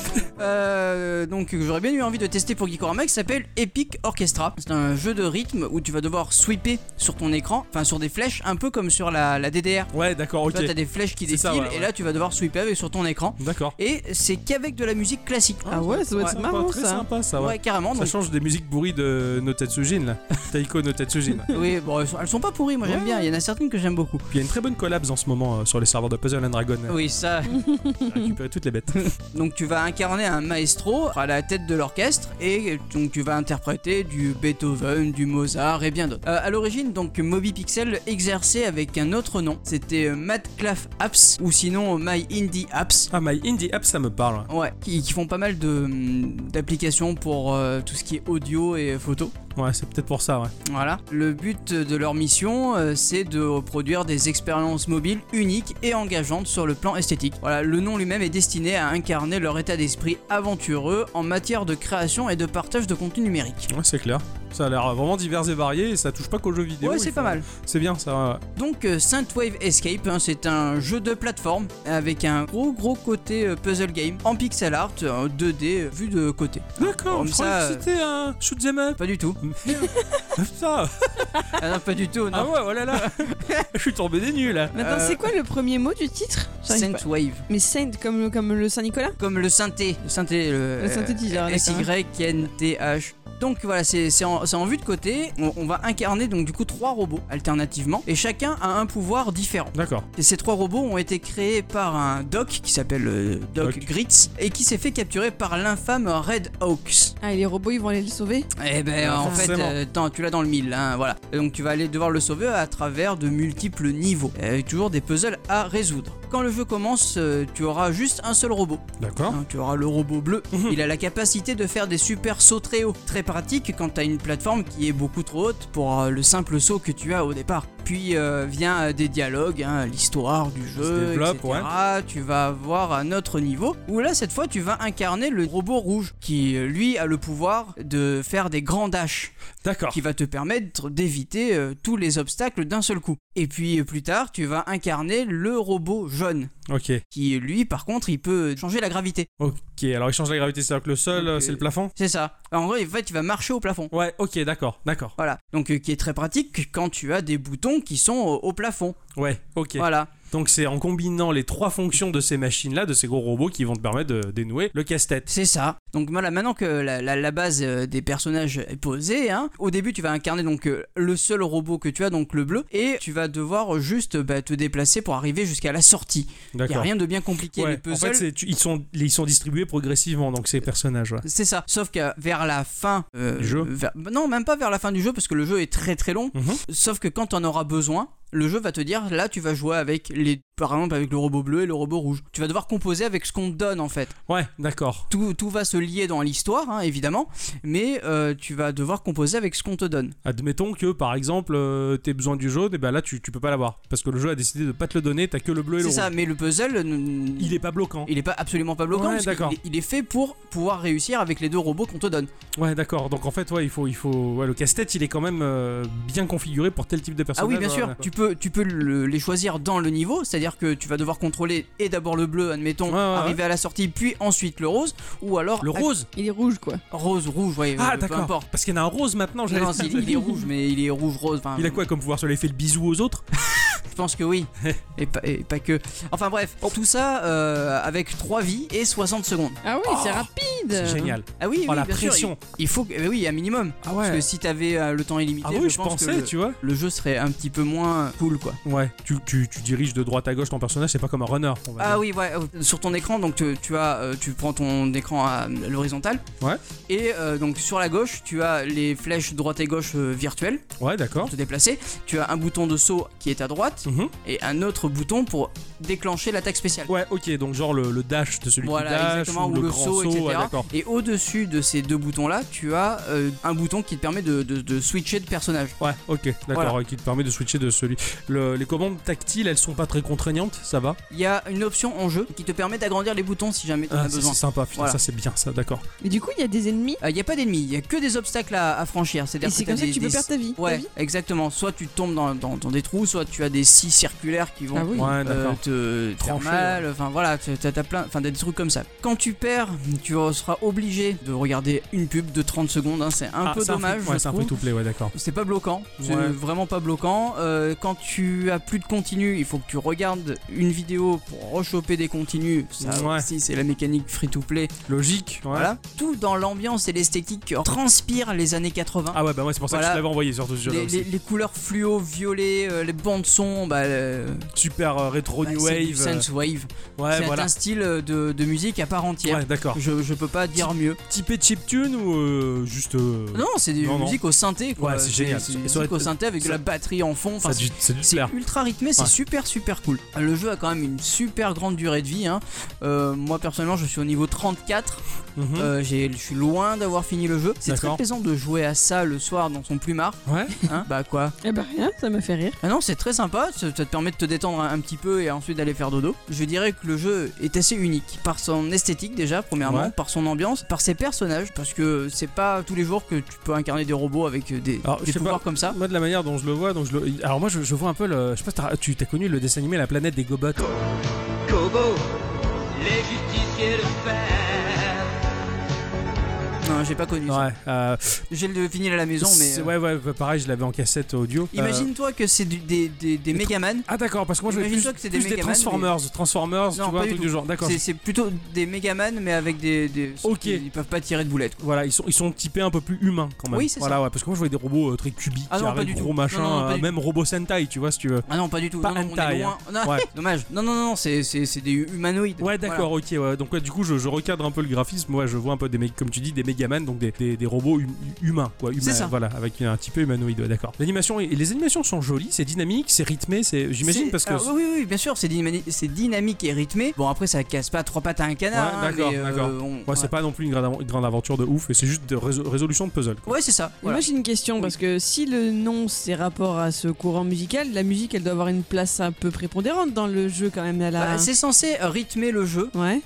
Donc j'aurais bien eu envie de tester pour Geekorama, qui s'appelle Epic Orchestra. C'est un jeu de rythme où tu vas devoir sweeper sur ton écran, enfin sur des flèches, un peu comme sur la DDR. Ouais, d'accord, ok. Là t'as des flèches qui C'est ça, défilent ouais, et ouais. là tu vas devoir sweeper avec sur ton écran. D'accord. Et c'est qu'avec de la musique classique. Ah ouais, ça doit être Sympa, marrant très ça. sympa ça, Ouais, ouais. carrément. Ça Donc, change des musiques pourries de No Tetsujin là. Taiko no Tetsujin. oui, bon, elles sont pas pourries, moi j'aime Ouais. bien. Il y en a certaines que j'aime beaucoup. Puis il y a une très bonne collab en ce moment sur les serveurs de Puzzle and Dragon. Oui, ça. J'ai récupéré toutes les bêtes. Donc tu vas incarner un maestro à la tête de l'orchestre et donc tu vas interpréter du Beethoven, du Mozart et bien d'autres. À l'origine, donc Moby Pixel exerçait avec un autre nom. C'était Madclaf Apps ou sinon My Indie Apps. Ah, My Indie App, ça me parle. Ouais, qui font pas mal d'applications pour tout ce qui est audio et photo. Ouais, c'est peut-être pour ça, ouais. Voilà. Le but de leur mission, c'est de produire des expériences mobiles uniques et engageantes sur le plan esthétique. Voilà, le nom lui-même est destiné à incarner leur état d'esprit aventureux en matière de création et de partage de contenu numérique. Ouais, c'est clair. Ça a l'air vraiment divers et varié et ça touche pas qu'aux jeux vidéo. Ouais, il c'est faut- pas mal. C'est bien ça. Ouais. Donc Synthwave Escape, hein, c'est un jeu de plateforme avec un gros côté puzzle game en pixel art 2D vu de côté. D'accord, Comme je ça, croyais que c'était un shoot 'em up. Pas du tout. Ça. Ah non, pas du tout, Ah non. ouais, oh là là. Je suis tombé des nues là. Maintenant, c'est quoi le premier mot du titre? J'arrive pas. Synthwave. Mais Saint comme le Saint-Nicolas? Comme le synthé. Le synthétiseur, d'accord. SYNTH. Donc voilà, c'est en vue de côté. On va incarner donc du coup 3 robots alternativement et chacun a un pouvoir différent. D'accord. Et ces 3 robots ont été créés par un doc qui s'appelle Doc Doc. Gritz et qui s'est fait capturer par l'infâme Red Hawks. Ah, et les robots, ils vont aller le sauver? Eh ben Ah, en fait, forcément. tu l'as dans le mille, hein, voilà. Et donc tu vas aller devoir le sauver à travers de multiples niveaux, avec toujours des puzzles à résoudre. Quand le jeu commence, tu auras juste un seul robot. D'accord. Hein, tu auras le robot bleu. Il a la capacité de faire des super sauts très hauts. Très pratique quand tu as une plateforme qui est beaucoup trop haute pour le simple saut que tu as au départ. Puis vient des dialogues, hein, l'histoire du jeu, développe, etc. Tu vas avoir un autre niveau où là, cette fois, tu vas incarner le robot rouge qui, lui, a le pouvoir de faire des grands dashs D'accord. qui va te permettre d'éviter tous les obstacles d'un seul coup. Et puis plus tard, tu vas incarner le robot jaune Ok. qui, lui, par contre, il peut changer la gravité. Ok. Alors il change la gravité, c'est-à-dire que le sol, Donc, c'est le plafond. C'est ça. En gros, en fait, il va marcher au plafond. Ouais. Ok. D'accord. Voilà. Donc, qui est très pratique quand tu as des boutons qui sont au plafond. Ouais. Ok. Voilà. Donc c'est en combinant les 3 fonctions de ces machines-là, de ces gros robots, qui vont te permettre de dénouer le casse-tête. C'est ça. Donc voilà, maintenant que la base des personnages est posée, hein, au début tu vas incarner donc le seul robot que tu as, donc le bleu, et tu vas devoir juste te déplacer pour arriver jusqu'à la sortie. Il n'y a D'accord. rien de bien compliqué. Ouais. Les puzzles, En fait, ils sont distribués progressivement, donc ces personnages. Ouais. c'est ça. Sauf que vers la fin Du jeu non, même pas vers la fin du jeu parce que le jeu est très très long. Mhm. Sauf que quand tu en auras besoin, le jeu va te dire là tu vas jouer avec par exemple avec le robot bleu et le robot rouge. Tu vas devoir composer avec ce qu'on te donne en fait. Ouais. D'accord. Tout va se lier dans l'histoire, hein, évidemment, mais tu vas devoir composer avec ce qu'on te donne. Admettons que par exemple t'aies besoin du jaune, et ben là tu peux pas l'avoir parce que le jeu a décidé de pas te le donner, t'as que le bleu et le C'est rouge. ça, mais le puzzle, Il est pas bloquant. il est pas absolument pas bloquant, Ouais, parce d'accord. qu'il est- il est fait pour pouvoir réussir avec les 2 robots qu'on te donne. Ouais, d'accord. Donc en fait, ouais, il faut ouais, le casse-tête, il est quand même bien configuré pour tel type de Ah personnage. oui, bien sûr, ouais. tu peux les choisir dans le niveau, c'est-à-dire que tu vas devoir contrôler et d'abord le bleu, admettons, Ouais, ouais, arriver à la sortie, puis ensuite le rose, ou alors Le rose. Il est rouge, quoi. rose, rouge, ouais, Ah, peu d'accord. importe. Parce qu'il y en a un rose maintenant. j'allais Non, dire. il est rouge, mais il est rouge-rose. Enfin, Il a quoi comme pouvoir? Sur l'effet le bisou aux autres? Je pense que oui, et pas que. Enfin bref, tout ça avec 3 vies et 60 secondes. Ah oui, c'est rapide. C'est génial. Ah oui, Oh, oui, la bien sûr, pression. il faut que, oui, un minimum. Ah Parce ouais. que si t'avais le temps illimité, Ah oui, je je pense pensais, que tu vois. le jeu serait un petit peu moins cool, quoi. Ouais. Tu diriges de droite à gauche ton personnage, c'est pas comme un runner. On va Ah dire. oui, ouais. Sur ton écran, donc tu prends ton écran à l'horizontale. Ouais. Et donc sur la gauche, tu as les flèches droite et gauche virtuelles Ouais, d'accord. pour te déplacer. Tu as un bouton de saut qui est à droite droite et un autre bouton pour déclencher l'attaque spéciale. Ouais, ok, donc genre le dash de celui Voilà, qui dash, exactement, ou ou le grand saut, etc. ouais, d'accord. Et au-dessus de ces deux boutons-là, tu as un bouton qui te permet de switcher de personnage. Ouais, ok, d'accord, Voilà. qui te permet de switcher de celui. Les commandes tactiles, elles sont pas très contraignantes, ça va. Il y a une option en jeu qui te permet d'agrandir les boutons si jamais tu en as besoin. C'est sympa, putain, Voilà. ça c'est bien, ça, d'accord. Mais du coup, il y a des ennemis. Il n'y a pas d'ennemis, il y a que des obstacles à franchir. Et C'est-à-dire c'est t'as comme ça que tu peux des- perdre ta vie. Ouais, ta vie. exactement. Soit tu tombes dans des trous, soit tu as des scies circulaires qui vont Ah oui. Ouais, d'accord. te faire Trancher, mal. Enfin voilà, t'as plein, enfin des trucs comme ça. Quand tu perds, tu seras obligé de regarder une pub de 30 secondes. Hein. C'est un peu dommage. Ouais, je c'est un trouve. free-to-play, ouais, d'accord. C'est pas bloquant, c'est Ouais. vraiment pas bloquant. Quand tu as plus de continu, il faut que tu regardes une vidéo pour rechoper des contenus. Ça Ouais. aussi, c'est la mécanique free-to-play. Logique, ouais. Voilà. Tout dans l'ambiance et l'esthétique transpire les années 80. Ah ouais, bah ouais, c'est pour ça que Voilà. je l'avais envoyé surtout ce jeu-là aussi. Les couleurs fluo, violet, les bandes son, Super rétro new c'est du wave. synthwave. Ouais, C'est voilà. un style de musique à part entière. Ouais, d'accord. Je peux pas dire mieux. Typé chiptune ou juste. Non, c'est des Non, non. musiques au synthé quoi. Ouais, c'est génial. C'est Ça des aurait musiques au été- synthé avec de ça- la batterie en fond. Enfin, C'est du c'est flair. ultra rythmé, c'est Ouais. super cool. Le jeu a quand même une super grande durée de vie. Hein. Moi personnellement, je suis au niveau 34. Mhm. Je suis loin d'avoir fini le jeu. C'est très D'accord. plaisant de jouer à ça le soir dans son plumard. Ouais. Hein. Bah quoi. Eh ben rien, ça m'a fait rire. Ah non, c'est très sympa, ça te permet de te détendre un petit peu et ensuite d'aller faire dodo. Je dirais que le jeu est assez unique par son esthétique déjà, premièrement, Ouais. par son ambiance, par ses personnages, parce que c'est pas tous les jours que tu peux incarner des robots avec Alors, des je sais pouvoirs pas, comme ça. Moi, de la manière dont je le vois, alors moi, je vois un peu le. Je sais pas si tu t'as connu le dessin animé La planète des Gobots. Kobo, les justiciers de fer. Non, j'ai pas connu ça. Ouais. J'ai le vinyle à la maison, mais. Ouais, pareil, je l'avais en cassette audio. Imagine-toi que c'est des Megaman. Ah d'accord, parce que moi je voulais Imagine-toi que c'est des plus des Megaman, Transformers, tu Non, vois, pas un du truc tout. du genre. D'accord. C'est plutôt des Megaman, mais avec des. Ok. Ils peuvent pas tirer de boulettes. Quoi. Voilà, ils sont typés un peu plus humains quand même. Oui, c'est voilà, ça. ouais, parce que moi je voyais des robots très cubiques, Ah non, pas carrés, du gros tout. machin, Non, pas du même robot Sentai, tu vois, si tu veux. Ah non, pas du tout. Pas Non, on hentai, est loin. Non, Ouais. dommage. Non, c'est des humanoïdes. Ouais, d'accord, ok, ouais. Donc ouais, du coup, je recadre un peu le graphisme. Ouais, je vois un peu comme tu dis, des Megaman, donc des robots humains, quoi. C'est ça. Voilà, avec un petit peu humanoïde. Ouais, d'accord. L'animation et les animations sont jolies, c'est dynamique, c'est rythmé, j'imagine parce que. Alors, oui, bien sûr, c'est dynamique et rythmé. Bon, après, ça casse pas trois pattes à un canard. Ouais, hein, d'accord, mais, d'accord. Ouais, c'est pas non plus une grande aventure de ouf, et c'est juste de résolution de puzzle. Quoi. Ouais, c'est ça. Et Voilà. moi j'ai une question parce que si le nom c'est rapport à ce courant musical, la musique elle doit avoir une place un peu prépondérante dans le jeu quand même. Elle a... Bah, c'est censé rythmer le jeu. Ouais,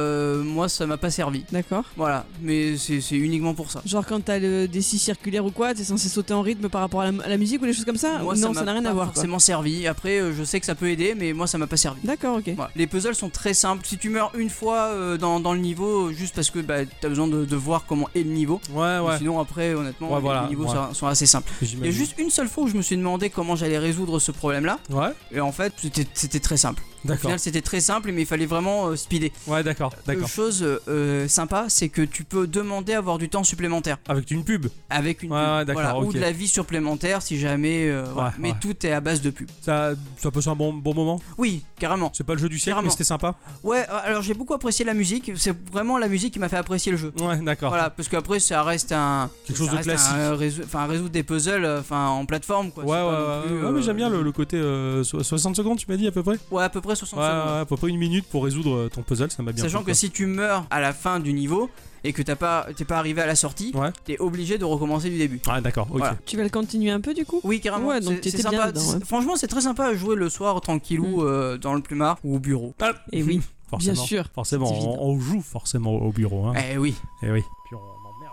Moi, ça m'a pas servi. d'accord. Voilà, mais c'est uniquement pour ça. Genre quand t'as des scies circulaires ou quoi, t'es censé sauter en rythme par rapport à la musique ou des choses comme ça. Moi, Ou non, ça m'a n'a rien pas à voir. Quoi. forcément servi. Après, je sais que ça peut aider, mais moi, ça m'a pas servi. D'accord, ok. Voilà. Les puzzles sont très simples. Si tu meurs une fois dans le niveau, juste parce que t'as besoin de voir comment est le niveau. Ouais, ouais. Sinon, après, honnêtement, Ouais, voilà, les niveaux ouais. sont assez simples. Il y a J'imagine. juste une seule fois où je me suis demandé comment j'allais résoudre ce problème-là. Ouais, Et en fait, c'était très simple. Au d'accord. final, c'était très simple, mais il fallait vraiment speeder. Ouais, d'accord. Chose sympa, c'est que tu peux demander à avoir du temps supplémentaire Avec une pub. avec une Ouais, pub. ouais, d'accord, Voilà, ok. ou de la vie supplémentaire si jamais. Voilà. Mais ouais. tout est à base de pub. Ça passe un bon moment. Oui, carrément. C'est pas le jeu du siècle, Carrément. mais c'était sympa. Ouais, alors j'ai beaucoup apprécié la musique. C'est vraiment la musique qui m'a fait apprécier le jeu. Ouais, d'accord. Voilà, parce qu'après ça reste Quelque chose ça de reste classique. résoudre des puzzles en plateforme quoi. Ouais, C'est pas ouais, non plus, ouais, mais j'aime bien le côté 60 secondes, tu m'as dit à peu près. Ouais, à peu près 60 Ouais, secondes. ouais, à peu près une minute pour résoudre ton puzzle, ça m'a bien Sachant plu, que quoi. si tu meurs à la fin du niveau et que t'es pas arrivé à la sortie, Ouais. t'es obligé de recommencer du début. Ouais, d'accord, ok. Voilà. Tu vas le continuer un peu du coup. Oui, carrément. Ouais, donc C'est t'étais sympa. bien dedans, ouais. Franchement, c'est très sympa à jouer le soir tranquillou dans le plumard ou au bureau. Ah, Et oui, forcément, bien sûr. Forcément, c'est évident. on joue forcément au bureau. Hein. Eh oui. Eh oui. Puis on emmerde.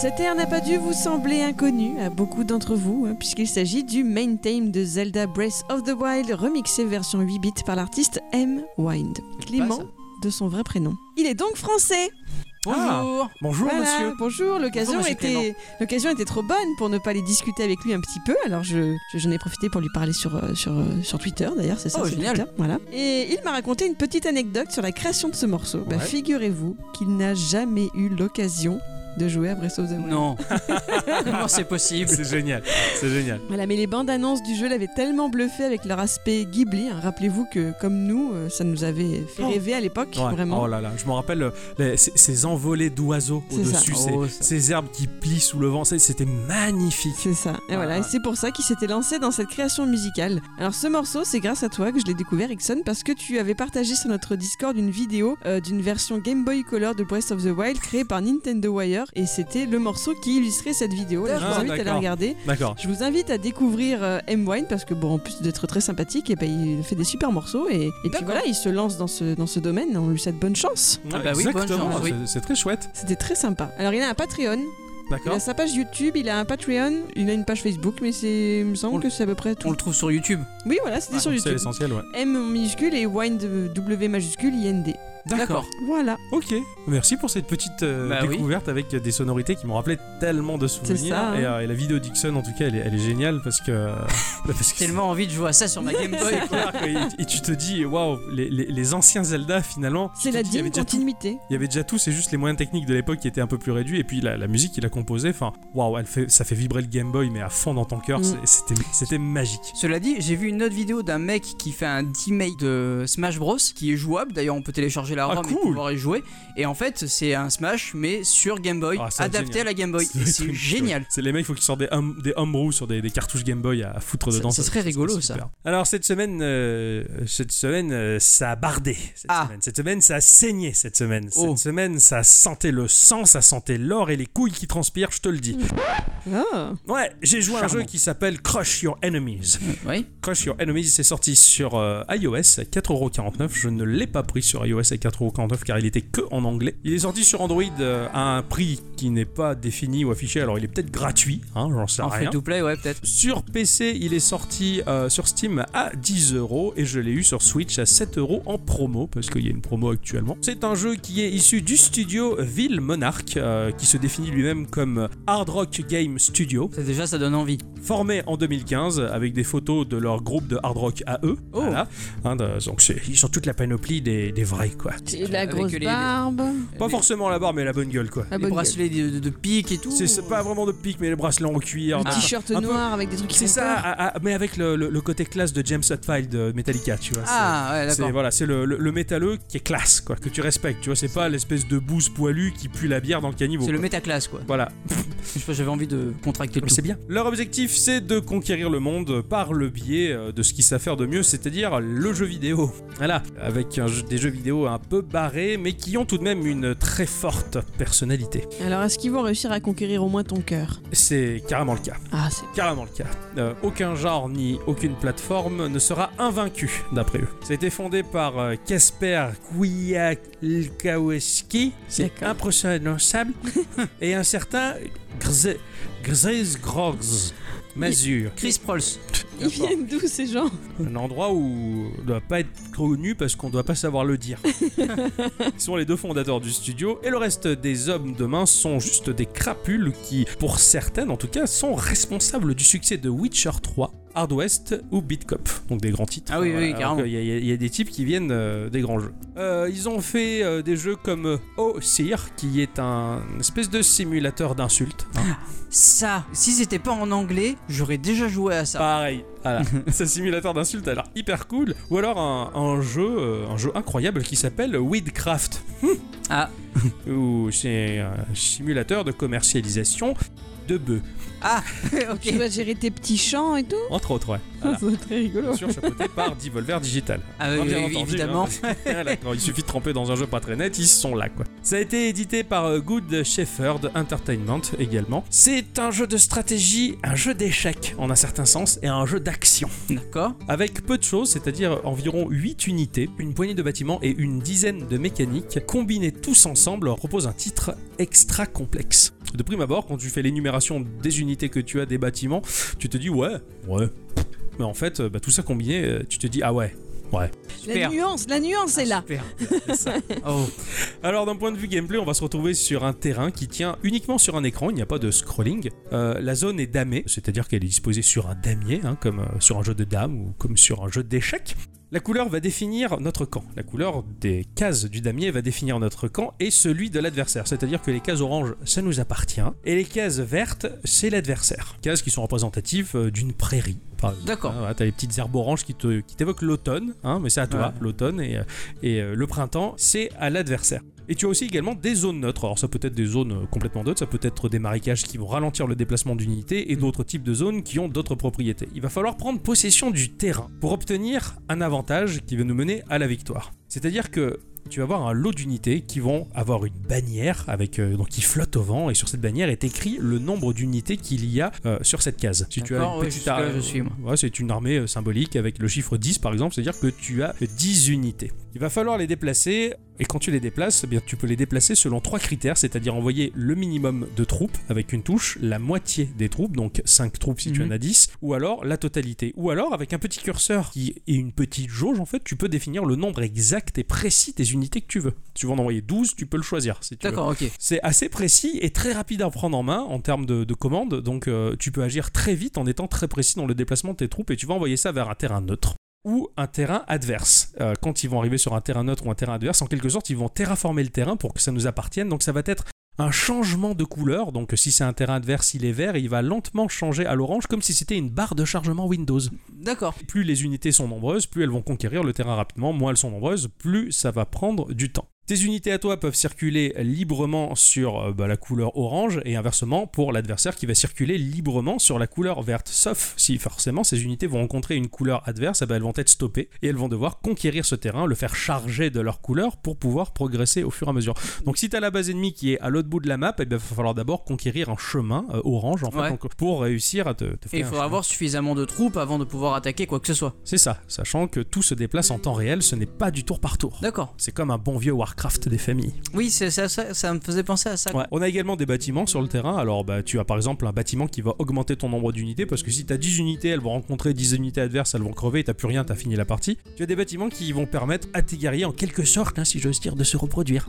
Cet air n'a pas dû vous sembler inconnu à beaucoup d'entre vous, puisqu'il s'agit du main theme de Zelda Breath of the Wild, remixé version 8 bits par l'artiste M. Wind. Clément, de son vrai prénom. Il est donc français. Bonjour. Bonjour Voilà, monsieur. bonjour, l'occasion Bonjour, monsieur était trop bonne pour ne pas aller discuter avec lui un petit peu, alors j'en ai profité pour lui parler sur Twitter d'ailleurs, c'est ça, Oh, c'est génial. Twitter, voilà. Et il m'a raconté une petite anecdote sur la création de ce morceau. Bah, Ouais. figurez-vous qu'il n'a jamais eu l'occasion de jouer à Breath of the Wild. Non. Comment c'est possible? C'est génial, c'est génial. Voilà, mais les bandes annonces du jeu l'avaient tellement bluffé avec leur aspect Ghibli. Rappelez-vous que, comme nous, ça nous avait fait rêver à l'époque, Ouais. vraiment. Oh là là, je me rappelle ces envolées d'oiseaux C'est ça. au-dessus, Oh, ces herbes qui plient sous le vent, c'était magnifique. C'est ça. Et voilà, et c'est pour ça qu'il s'était lancé dans cette création musicale. Alors ce morceau, c'est grâce à toi que je l'ai découvert, Ixon, parce que tu avais partagé sur notre Discord une vidéo d'une version Game Boy Color de Breath of the Wild créée par Nintendo Wire, et c'était le morceau qui illustrait cette vidéo. Là, je vous Ah, invite à la d'accord. regarder. D'accord. Je vous invite à découvrir M. Wine parce que bon, en plus d'être très sympathique, et ben, il fait des super morceaux et puis D'accord. voilà, il se lance dans ce domaine. On lui souhaite bonne chance. Ah bah oui, bonne exactement, chance, oui. c'est très chouette. C'était très sympa. Alors il a un Patreon, il D'accord. a sa page YouTube, il a un Patreon, il a une page Facebook, mais il me semble On que c'est à peu près tout. On le trouve sur YouTube. Oui, voilà, c'était sur C'est YouTube. l'essentiel, ouais. M minuscule et Wine W majuscule IND. D'accord. Voilà. Ok, merci pour cette petite Bah oui. découverte avec des sonorités qui m'ont rappelé tellement de souvenirs. ça, hein. Et la vidéo Dixon, en tout cas, elle est géniale parce que. Parce que Tellement envie de jouer à ça sur ma Game Boy. c'est clair que- et tu te dis, waouh, les anciens Zelda, finalement. tu C'est te la dis, il y avait digne déjà tout. continuité. Il y avait déjà tout, c'est juste les moyens techniques de l'époque qui étaient un peu plus réduits. Et puis la musique qu'il a composée, enfin, waouh, ça fait vibrer le Game Boy, mais à fond dans ton cœur. Mm. C'était magique. Cela dit, j'ai vu une autre vidéo d'un mec qui fait un remake de Smash Bros qui est jouable. D'ailleurs, on peut télécharger la Ah, ROM et cool. pouvoir y jouer. Et en fait, c'est un Smash mais sur Game Boy, Ah, ça va être adapté génial. à la Game Boy. Ça doit Et être c'est une- génial. C'est les mecs, il faut qu'ils sortent des homebrew sur des cartouches Game Boy à foutre Ça- dedans. ça serait rigolo, c'est ça. super. Alors cette semaine, ça a bardé. Ah. Cette semaine, ça a saigné. Cette semaine, Oh. ça sentait le sang, ça sentait l'or et les couilles qui transpirent. Je te le dis. Ah. Ouais, j'ai joué à un Charmant. jeu qui s'appelle Crush Your Enemies. Oui. Crush Your Enemies, c'est sorti sur iOS à 4,49€. Je ne l'ai pas pris sur iOS à 4,49€ car il était que en anglais. Il est sorti sur Android à un prix qui n'est pas défini ou affiché. Alors il est peut-être gratuit, hein, j'en sais En rien. free to play, ouais, peut-être. Sur PC, il est sorti sur Steam à 10€ et je l'ai eu sur Switch à 7€ en promo parce qu'il y a une promo actuellement. C'est un jeu qui est issu du studio Ville Monarch qui se définit lui-même comme Hard Rock Game Studio, Déjà, ça donne envie. formé en 2015 avec des photos de leur groupe de hard rock à eux. Oh. Voilà. Donc ils sont toute la panoplie des vrais quoi. Et de la Avec grosse les- barbe. Pas Les- forcément la barbe mais la bonne gueule quoi. La Les bonne bracelets de pique et tout. C'est pas vraiment de pique mais les bracelets en cuir. gueule. des- Le t-shirt un peu- noir avec des trucs qui C'est font ça, peur. mais avec le côté classe de James Hetfield de Metallica, tu vois. Ah, ouais, d'accord. C'est le métalleux qui est classe, quoi, que tu respectes, tu vois. C'est pas l'espèce de bouse poilue qui pue la bière dans le caniveau. C'est le quoi. métaclasse, quoi. Voilà, Je sais pas, j'avais envie de contracter le mais tout. c'est bien. Leur objectif, c'est de conquérir le monde par le biais de ce qu'ils savent faire de mieux, c'est-à-dire le jeu vidéo. Voilà, avec des jeux vidéo un peu barrés, mais qui ont tout de même une très forte personnalité. Alors, est-ce qu'ils vont réussir à conquérir au moins ton cœur? C'est carrément le cas. Ah, c'est. Carrément le cas. Aucun genre ni aucune plateforme ne sera invaincu, d'après eux. Ça a été fondé par Kasper Kwiatkowski, c'est D'accord. imprononçable, et un certain Grzez Grogz Mazur. Chris Prols. Ils viennent d'où ces gens? Un endroit où on ne doit pas être connu parce qu'on ne doit pas savoir le dire. Ils sont les deux fondateurs du studio et le reste des hommes de main sont juste des crapules qui, pour certaines en tout cas, sont responsables du succès de Witcher 3, Hard West ou Beat Cop, donc des grands titres. Ah oui, oui, carrément. Alors qu'il y a des types qui viennent des grands jeux. Ils ont fait des jeux comme O-Seer, qui est un espèce de simulateur d'insultes. hein. Ça, si c'était pas en anglais, j'aurais déjà joué à ça. Pareil, voilà. Ce simulateur d'insultes a l'air hyper cool. Ou alors un jeu incroyable qui s'appelle Weedcraft. Ah, Où c'est un simulateur de commercialisation de bœufs, ah, ok. Tu dois gérer tes petits champs et tout? entre autres, ouais. Ça doit être très rigolo. Bien sûr, chapeauté par Devolver Digital. Ah oui, Bien oui, entendu, évidemment. hein. Voilà, quand il suffit de tremper dans un jeu pas très net, ils sont là quoi. Ça a été édité par Good Shepherd Entertainment également. C'est un jeu de stratégie, un jeu d'échecs en un certain sens et un jeu d'action. D'accord. Avec peu de choses, c'est-à-dire environ 8 unités, une poignée de bâtiments et une dizaine de mécaniques, combinés tous ensemble propose un titre extra complexe. De prime abord, quand tu fais l'énumération des unités que tu as, des bâtiments, tu te dis ouais. Mais en fait, tout ça combiné, tu te dis ah ouais. Super. La nuance est là. Super. C'est ça. Oh. Alors d'un point de vue gameplay, on va se retrouver sur un terrain qui tient uniquement sur un écran, il n'y a pas de scrolling. La zone est damée, c'est-à-dire qu'elle est disposée sur un damier, comme sur un jeu de dames ou comme sur un jeu d'échecs. La couleur va définir notre camp. La couleur des cases du damier va définir notre camp et celui de l'adversaire. C'est-à-dire que les cases oranges, ça nous appartient. Et les cases vertes, c'est l'adversaire. Cases qui sont représentatives d'une prairie. D'accord. T'as les petites herbes oranges qui t'évoquent l'automne, mais c'est à toi, l'automne. Et le printemps, c'est à l'adversaire. Et tu as aussi également des zones neutres. Alors ça peut être des zones complètement neutres, ça peut être des marécages qui vont ralentir le déplacement d'unités et d'autres types de zones qui ont d'autres propriétés. Il va falloir prendre possession du terrain pour obtenir un avantage qui va nous mener à la victoire. C'est-à-dire que tu vas avoir un lot d'unités qui vont avoir une bannière donc qui flotte au vent et sur cette bannière est écrit le nombre d'unités qu'il y a sur cette case. Si tu as une petite je suis moi. C'est une armée symbolique avec le chiffre 10 par exemple, c'est-à-dire que tu as 10 unités. Il va falloir les déplacer et quand tu les déplaces, tu peux les déplacer selon 3 critères, c'est-à-dire envoyer le minimum de troupes avec une touche, la moitié des troupes, donc 5 troupes si tu en as 10, ou alors la totalité. Ou alors avec un petit curseur qui est une petite jauge, en fait, tu peux définir le nombre exact et précis des unités que tu veux. Si tu veux en envoyer 12, tu peux le choisir. Si tu D'accord, veux. ok. C'est assez précis et très rapide à prendre en main en termes de commandes, donc tu peux agir très vite en étant très précis dans le déplacement de tes troupes et tu vas envoyer ça vers un terrain neutre ou un terrain adverse. Quand ils vont arriver sur un terrain neutre ou un terrain adverse, en quelque sorte, ils vont terraformer le terrain pour que ça nous appartienne, donc ça va être un changement de couleur, donc si c'est un terrain adverse, il est vert et il va lentement changer à l'orange comme si c'était une barre de chargement Windows. D'accord. Plus les unités sont nombreuses, plus elles vont conquérir le terrain rapidement, moins elles sont nombreuses, plus ça va prendre du temps. Tes unités à toi peuvent circuler librement sur la couleur orange et inversement pour l'adversaire qui va circuler librement sur la couleur verte. Sauf si forcément ces unités vont rencontrer une couleur adverse, elles vont être stoppées et elles vont devoir conquérir ce terrain, le faire charger de leur couleur pour pouvoir progresser au fur et à mesure. Donc si tu as la base ennemie qui est à l'autre bout de la map, il va falloir d'abord conquérir un chemin orange en fait, donc, pour réussir à te faire et il faudra avoir suffisamment de troupes avant de pouvoir attaquer quoi que ce soit. C'est ça, sachant que tout se déplace en temps réel, ce n'est pas du tour par tour. D'accord. C'est comme un bon vieux Warcraft des familles. Oui, ça me faisait penser à ça. Ouais. On a également des bâtiments sur le terrain. Alors tu as par exemple un bâtiment qui va augmenter ton nombre d'unités parce que si tu as 10 unités, elles vont rencontrer 10 unités adverses, elles vont crever et t'as plus rien, t'as fini la partie. Tu as des bâtiments qui vont permettre à tes guerriers en quelque sorte, si j'ose dire, de se reproduire.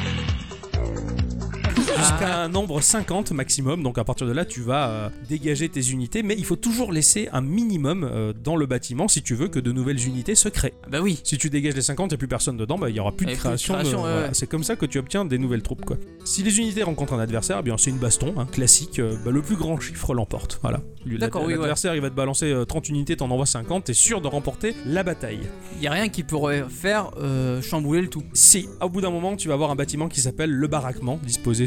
Jusqu'à un nombre 50 maximum, donc à partir de là tu vas dégager tes unités, mais il faut toujours laisser un minimum dans le bâtiment si tu veux que de nouvelles unités se créent. Bah oui. Si tu dégages les 50 et plus personne dedans, il n'y aura plus de création. Voilà. C'est comme ça que tu obtiens des nouvelles troupes, quoi. Si les unités rencontrent un adversaire, c'est une baston, classique, le plus grand chiffre l'emporte. Voilà. D'accord, l'adversaire il va te balancer 30 unités, t'en envoies 50, t'es sûr de remporter la bataille. Il n'y a rien qui pourrait faire chambouler le tout. Si, au bout d'un moment, tu vas avoir un bâtiment qui s'appelle le baraquement, disposé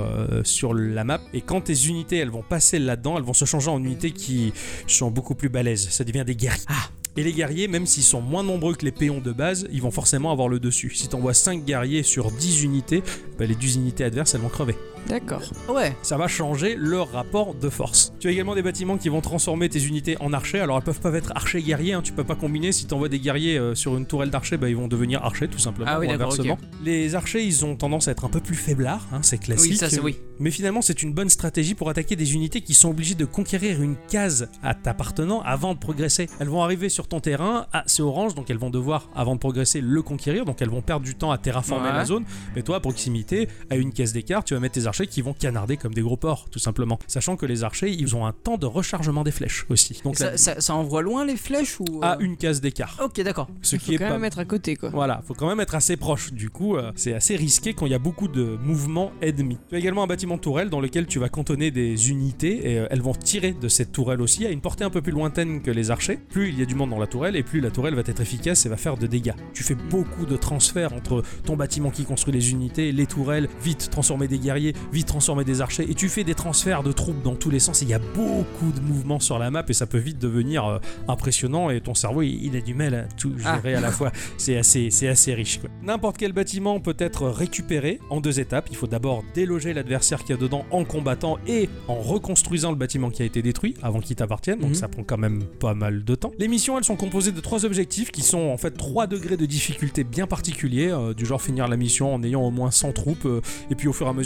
sur la map, et quand tes unités elles vont passer là-dedans, elles vont se changer en unités qui sont beaucoup plus balèzes, ça devient des guerriers. Et les guerriers, même s'ils sont moins nombreux que les péons de base, ils vont forcément avoir le dessus. Si t'envoies 5 guerriers sur 10 unités, les 10 unités adverses elles vont crever. D'accord. Ouais. Ça va changer leur rapport de force. Tu as également des bâtiments qui vont transformer tes unités en archers. Alors elles peuvent pas être archers guerriers, tu peux pas combiner. Si t'envoies des guerriers sur une tourelle d'archers, ils vont devenir archers tout simplement. Ah oui, ou d'accord, inversement. okay. Les archers, ils ont tendance à être un peu plus faiblards, c'est classique. Oui, ça c'est oui. Mais finalement, c'est une bonne stratégie pour attaquer des unités qui sont obligées de conquérir une case à t'appartenant avant de progresser. Elles vont arriver sur ton terrain, c'est orange, donc elles vont devoir, avant de progresser, le conquérir, donc elles vont perdre du temps à terraformer la zone. Mais toi, à proximité, à une case d'écart, tu vas mettre tes archers qui vont canarder comme des gros porcs, tout simplement. Sachant que les archers, ils ont un temps de rechargement des flèches aussi. Donc ça envoie loin les flèches ou à une case d'écart. Ok, d'accord. Ce qui est quand même être à côté, quoi. Voilà, faut quand même être assez proche. Du coup, c'est assez risqué quand il y a beaucoup de mouvements ennemis. Tu as également un bâtiment tourelle dans lequel tu vas cantonner des unités et elles vont tirer de cette tourelle aussi à une portée un peu plus lointaine que les archers. Plus il y a du monde dans la tourelle et plus la tourelle va être efficace et va faire de dégâts. Tu fais beaucoup de transferts entre ton bâtiment qui construit les unités, les tourelles, vite transformer des guerriers, vite transformer des archers, et tu fais des transferts de troupes dans tous les sens. Il y a beaucoup de mouvements sur la map et ça peut vite devenir impressionnant et ton cerveau il a du mal à tout gérer à la fois. C'est assez riche, quoi. N'importe quel bâtiment peut être récupéré en 2 étapes. Il faut d'abord déloger l'adversaire qui est dedans en combattant et en reconstruisant le bâtiment qui a été détruit avant qu'il t'appartienne, donc ça prend quand même pas mal de temps. Les missions, elles sont composées de 3 objectifs qui sont en fait 3 degrés de difficulté bien particuliers, du genre finir la mission en ayant au moins 100 troupes, et puis au fur et à mesure les objectifs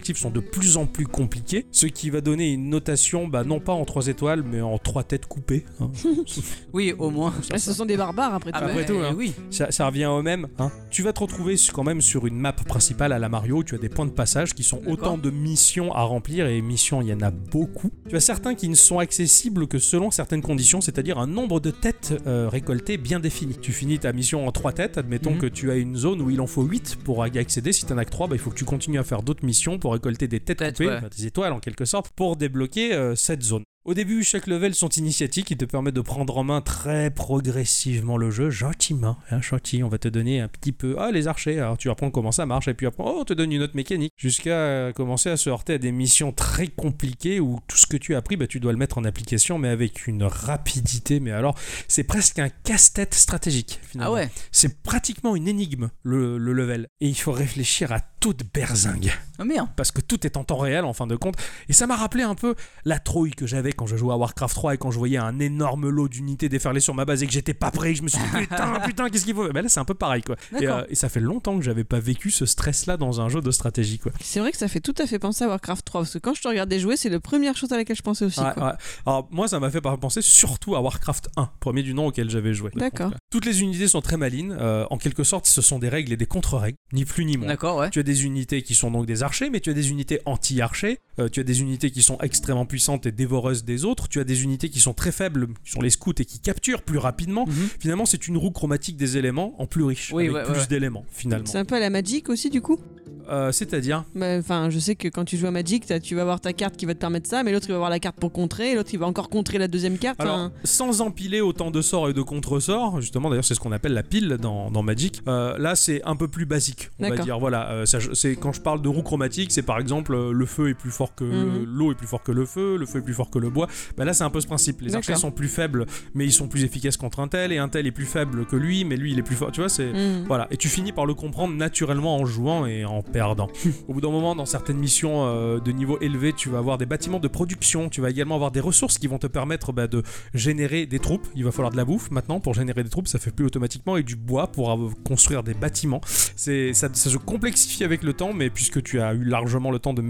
objectifs sont de plus en plus compliqués, ce qui va donner une notation, non pas en 3 étoiles, mais en 3 têtes coupées. Hein. Oui, au moins. Ce sont des barbares après tout. Après tout, hein. Oui. Ça revient au même. Hein. Tu vas te retrouver quand même sur une map principale à la Mario, où tu as des points de passage qui sont autant de missions à remplir, et missions, il y en a beaucoup. Tu as certains qui ne sont accessibles que selon certaines conditions, c'est-à-dire un nombre de têtes récoltées bien défini. Tu finis ta mission en 3 têtes, admettons que tu as une zone où il en faut 8 pour y accéder. Si tu n'en as que 3, il faut que tu continues à faire d'autres missions pour récolter des têtes coupées, des étoiles en quelque sorte, pour débloquer cette zone. Au début, chaque level sont initiatiques qui te permettent de prendre en main très progressivement le jeu, gentiment, gentil. On va te donner un petit peu, les archers, alors tu apprends comment ça marche, et puis après, on te donne une autre mécanique, jusqu'à commencer à se heurter à des missions très compliquées où tout ce que tu as appris, tu dois le mettre en application, mais avec une rapidité, mais alors, c'est presque un casse-tête stratégique, finalement. Ah ouais. C'est pratiquement une énigme, le level. Et il faut réfléchir à toute berzingue. Oh merde. Parce que tout est en temps réel, en fin de compte. Et ça m'a rappelé un peu la trouille que j'avais quand je jouais à Warcraft 3 et quand je voyais un énorme lot d'unités déferler sur ma base et que j'étais pas prêt, et que je me suis dit putain, qu'est-ce qu'il faut. Là, c'est un peu pareil, quoi. Et ça fait longtemps que j'avais pas vécu ce stress-là dans un jeu de stratégie, quoi. C'est vrai que ça fait tout à fait penser à Warcraft 3, parce que quand je te regardais jouer, c'est la première chose à laquelle je pensais aussi. Ouais, quoi. ouais. Alors, moi, ça m'a fait penser surtout à Warcraft 1, premier du nom auquel j'avais joué. D'accord. Donc, toutes les unités sont très malines. En quelque sorte, ce sont des règles et des contre-règles, ni plus ni moins. D'accord, ouais. Tu as des unités qui sont donc des archers, mais tu as des unités anti-archers. Tu as des unités qui sont extrêmement puissantes et dévoreuses des autres. Tu as des unités qui sont très faibles, qui sont les scouts et qui capturent plus rapidement. Finalement, c'est une roue chromatique des éléments en plus riche, avec plus d'éléments, finalement. C'est un peu à la Magic aussi, du coup. C'est-à-dire Enfin, je sais que quand tu joues à Magic, tu vas avoir ta carte qui va te permettre ça, mais l'autre il va avoir la carte pour contrer, et l'autre il va encore contrer la deuxième carte. Alors, sans empiler autant de sorts et de contre-sorts, justement, d'ailleurs, c'est ce qu'on appelle la pile dans Magic. Là, c'est un peu plus basique, on va dire. Voilà, c'est quand je parle de roue chromatique, c'est par exemple le feu est plus fort que l'eau est plus fort que le feu est plus fort que le bois. Là, c'est un peu ce principe. Les archers sont plus faibles, mais ils sont plus efficaces contre un tel, et un tel est plus faible que lui, mais lui il est plus fort. Tu vois, c'est voilà. Et tu finis par le comprendre naturellement en jouant et en perdant. Au bout d'un moment, dans certaines missions de niveau élevé, tu vas avoir des bâtiments de production, tu vas également avoir des ressources qui vont te permettre de générer des troupes. Il va falloir de la bouffe maintenant pour générer des troupes, ça fait plus automatiquement, et du bois pour construire des bâtiments. Ça se complexifie avec le temps, mais puisque tu as eu largement le temps de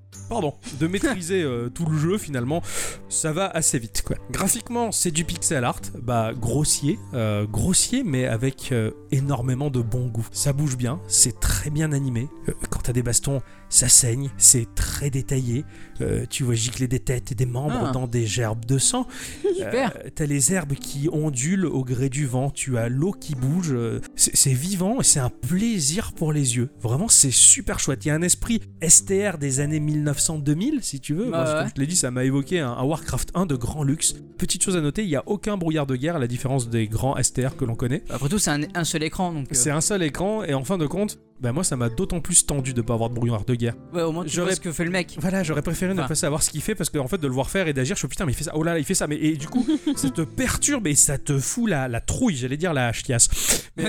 maîtriser tout le jeu, finalement, ça va assez vite, quoi. Graphiquement, c'est du pixel art, grossier, mais avec énormément de bon goût. Ça bouge bien, c'est très bien animé. Quand t'as des bastons, ça saigne, c'est très détaillé. Tu vois gicler des têtes et des membres dans des gerbes de sang. Super. T'as les herbes qui ondulent au gré du vent, tu as l'eau qui bouge. C'est vivant et c'est un plaisir pour les yeux. Vraiment, c'est super chouette. Il y a un esprit STR des années 1900-2000, si tu veux. Moi, comme je te l'ai dit, ça m'a évoqué un Warcraft 1 de grand luxe. Petite chose à noter, il n'y a aucun brouillard de guerre, à la différence des grands STR que l'on connaît. Après tout, c'est un seul écran. Donc C'est un seul écran, et en fin de compte, moi ça m'a d'autant plus tendu de pas avoir de brouillard de guerre. Ouais, au moins tu vois ce que fait le mec. Voilà, j'aurais préféré ne pas savoir ce qu'il fait, parce que en fait de le voir faire et d'agir, je suis putain mais il fait ça, oh là il fait ça, mais et du coup ça te perturbe et ça te fout la trouille, j'allais dire la chiasse. Mais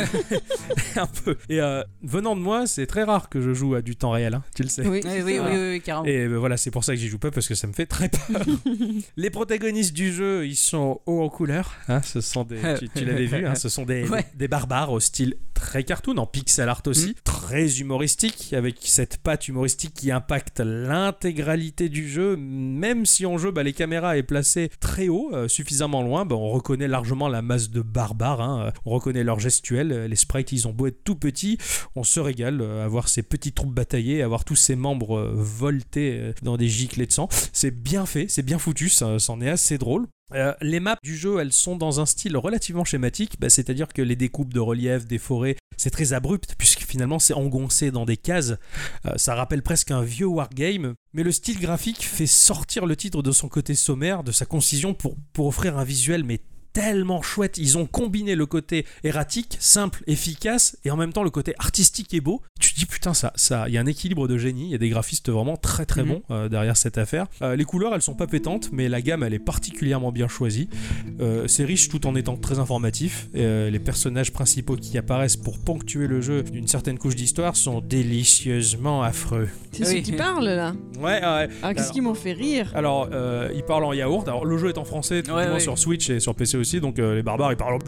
un peu. Et venant de moi, c'est très rare que je joue à du temps réel, tu le sais. Oui, carrément. Et voilà, c'est pour ça que j'y joue pas, parce que ça me fait très peur. Les protagonistes du jeu, ils sont hauts en couleur, ce sont des, tu l'avais vu, ce sont des barbares au style très cartoon, en pixel art aussi, très humoristique, avec cette patte humoristique qui impacte l'intégralité du jeu. Même si en jeu les caméras est placée très haut, suffisamment loin, on reconnaît largement la masse de barbares, on reconnaît leur gestuelle, les sprites ils ont beau être tout petits, on se régale à voir ces petites troupes batailler, à voir tous ces membres volter dans des giclées de sang. C'est bien fait, c'est bien foutu, ça c'en est assez drôle. Les maps du jeu, elles sont dans un style relativement schématique, c'est-à-dire que les découpes de relief des forêts, c'est très abrupt, puisque finalement c'est engoncé dans des cases. Ça rappelle presque un vieux wargame, mais le style graphique fait sortir le titre de son côté sommaire, de sa concision, pour offrir un visuel mais tellement chouette. Ils ont combiné le côté erratique, simple, efficace, et en même temps le côté artistique et beau. Tu te dis putain, il y a un équilibre de génie, il y a des graphistes vraiment très très bons derrière cette affaire. Les couleurs elles sont pas pétantes, mais la gamme elle est particulièrement bien choisie. C'est riche tout en étant très informatif. Les personnages principaux qui apparaissent pour ponctuer le jeu d'une certaine couche d'histoire sont délicieusement affreux. C'est ceux qui parlent là. Ouais. Alors qu'est-ce qu'ils m'ont fait rire. Alors ils parlent en yaourt. Alors le jeu est en français, tout le monde sur Switch et sur PC aussi. aussi, donc les barbares ils parlent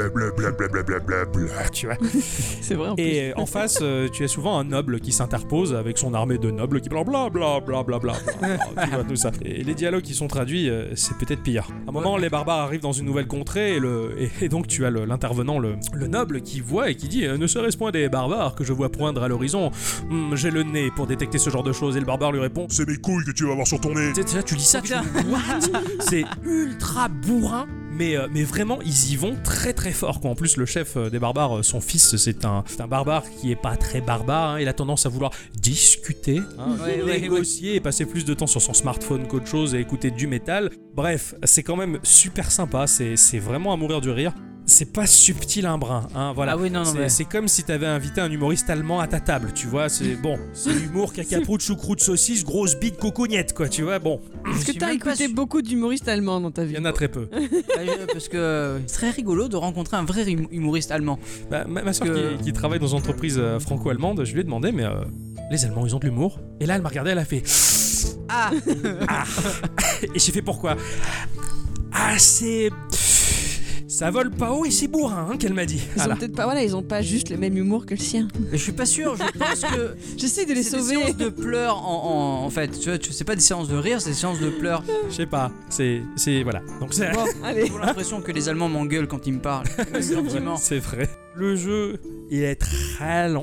blablabla, tu vois. C'est vrai en plus. Et en face, tu as souvent un noble qui s'interpose avec son armée de nobles qui parlent blablabla, tu vois tout ça. Et les dialogues qui sont traduits, c'est peut-être pire. À un moment, les barbares arrivent dans une nouvelle contrée et donc tu as l'intervenant, le noble qui voit et qui dit ne serait-ce point des barbares que je vois poindre à l'horizon. J'ai le nez pour détecter ce genre de choses. Et le barbare lui répond C'est mes couilles que tu vas avoir sur ton nez. tu dis ça, tu dis what? C'est ultra bourrin. Mais vraiment, ils y vont très très fort, quoi. En plus, le chef des barbares, son fils, c'est un barbare qui est pas très barbare, hein. Il a tendance à vouloir discuter, hein, négocier et passer plus de temps sur son smartphone qu'autre chose et écouter du métal. Bref, c'est quand même super sympa, c'est vraiment à mourir du rire. C'est pas subtil un brin, hein, voilà. Ah oui, non, c'est comme si t'avais invité un humoriste allemand à ta table, tu vois. C'est l'humour cacaproute, choucroute, saucisse, grosse bite, cocognette, quoi, tu vois. Bon. Est-ce que t'as écouté beaucoup d'humoristes allemands dans ta vie? Il y en a très peu. Parce que c'est très rigolo de rencontrer un vrai humoriste allemand. Bah, ma soeur qui travaille dans une entreprise franco-allemande, je lui ai demandé, mais les Allemands, ils ont de l'humour? Et là, elle m'a regardé, elle a fait ah. Et j'ai fait pourquoi? C'est... Ça vole pas haut et c'est bourrin, hein, qu'elle m'a dit. Ils ont peut-être pas, ils ont pas juste le même humour que le sien. Mais je suis pas sûr, je pense que j'essaie de les sauver. Des séances de pleurs en fait, tu vois, c'est pas des séances de rire, c'est des séances de pleurs. Je sais pas, c'est voilà. Donc c'est bon, allez. J'ai l'impression que les Allemands m'engueulent quand ils me parlent. C'est vrai. Le jeu, il est très long.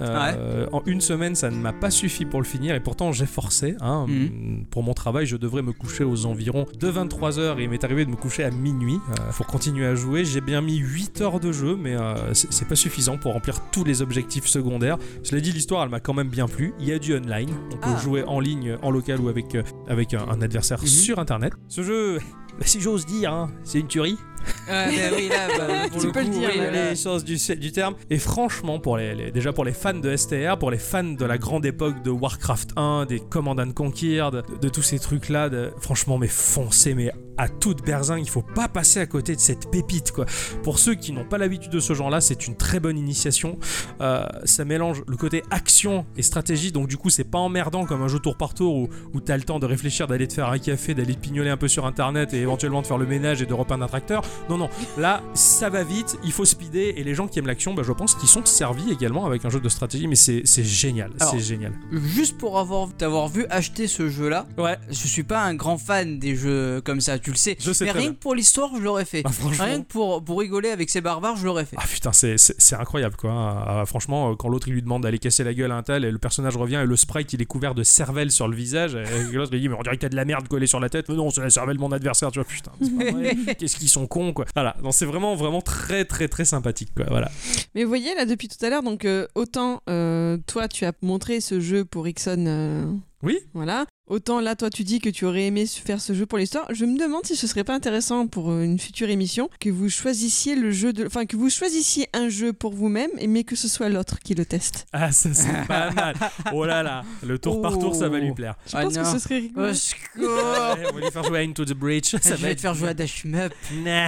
En une semaine, ça ne m'a pas suffi pour le finir et pourtant j'ai forcé. Pour mon travail, je devrais me coucher aux environs de 23h et il m'est arrivé de me coucher à minuit pour continuer à jouer. J'ai bien mis 8 heures de jeu, mais c'est pas suffisant pour remplir tous les objectifs secondaires. Je l'ai dit, l'histoire elle m'a quand même bien plu. Il y a du online, on peut jouer en ligne, en local ou avec un adversaire sur internet. Ce jeu, si j'ose dire, hein, c'est une tuerie. Oui, là, pour tu peux le dire, les choses du terme. Et franchement, déjà pour les fans de STR, pour les fans de la grande époque de Warcraft 1, des Command & Conquer, de tous ces trucs-là, franchement, mais foncez, mais à toute berzingue, il faut pas passer à côté de cette pépite, quoi. Pour ceux qui n'ont pas l'habitude de ce genre-là, c'est une très bonne initiation. Ça mélange le côté action et stratégie, donc du coup, c'est pas emmerdant comme un jeu tour par tour où t'as le temps de réfléchir, d'aller te faire un café, d'aller te pignoler un peu sur internet et éventuellement de faire le ménage et de repeindre un tracteur. Non, là, ça va vite, il faut speeder et les gens qui aiment l'action, je pense qu'ils sont servis également avec un jeu de stratégie, mais c'est génial, c'est génial. Juste pour t'avoir vu acheter ce jeu-là, je suis pas un grand fan des jeux comme ça, tu le sais. Mais rien que pour l'histoire, je l'aurais fait. Rien que pour rigoler avec ces barbares, je l'aurais fait. Ah putain, c'est incroyable, quoi. Franchement, quand l'autre il lui demande d'aller casser la gueule à un tel et le personnage revient et le sprite il est couvert de cervelle sur le visage et l'autre il dit mais on dirait que t'as de la merde collée sur la tête. Mais non, c'est la cervelle de mon adversaire, tu vois. Putain, c'est pas vrai. Qu'est-ce qu'ils sont cons, quoi. Voilà, donc c'est vraiment très très très sympathique, quoi. Voilà. Mais vous voyez là depuis tout à l'heure, donc autant toi tu as montré ce jeu pour Ixon. Oui. Voilà. Autant là, toi, tu dis que tu aurais aimé faire ce jeu pour l'histoire. Je me demande si ce serait pas intéressant pour une future émission que vous choisissiez que vous choisissiez un jeu pour vous-même, mais que ce soit l'autre qui le teste. Ah, ça c'est pas mal. Oh là là, le tour par tour, ça va lui plaire. Je pense que ce serait rigolo. On va lui faire jouer à Into the Breach. Ça va te faire jouer à Dash Up. Nah.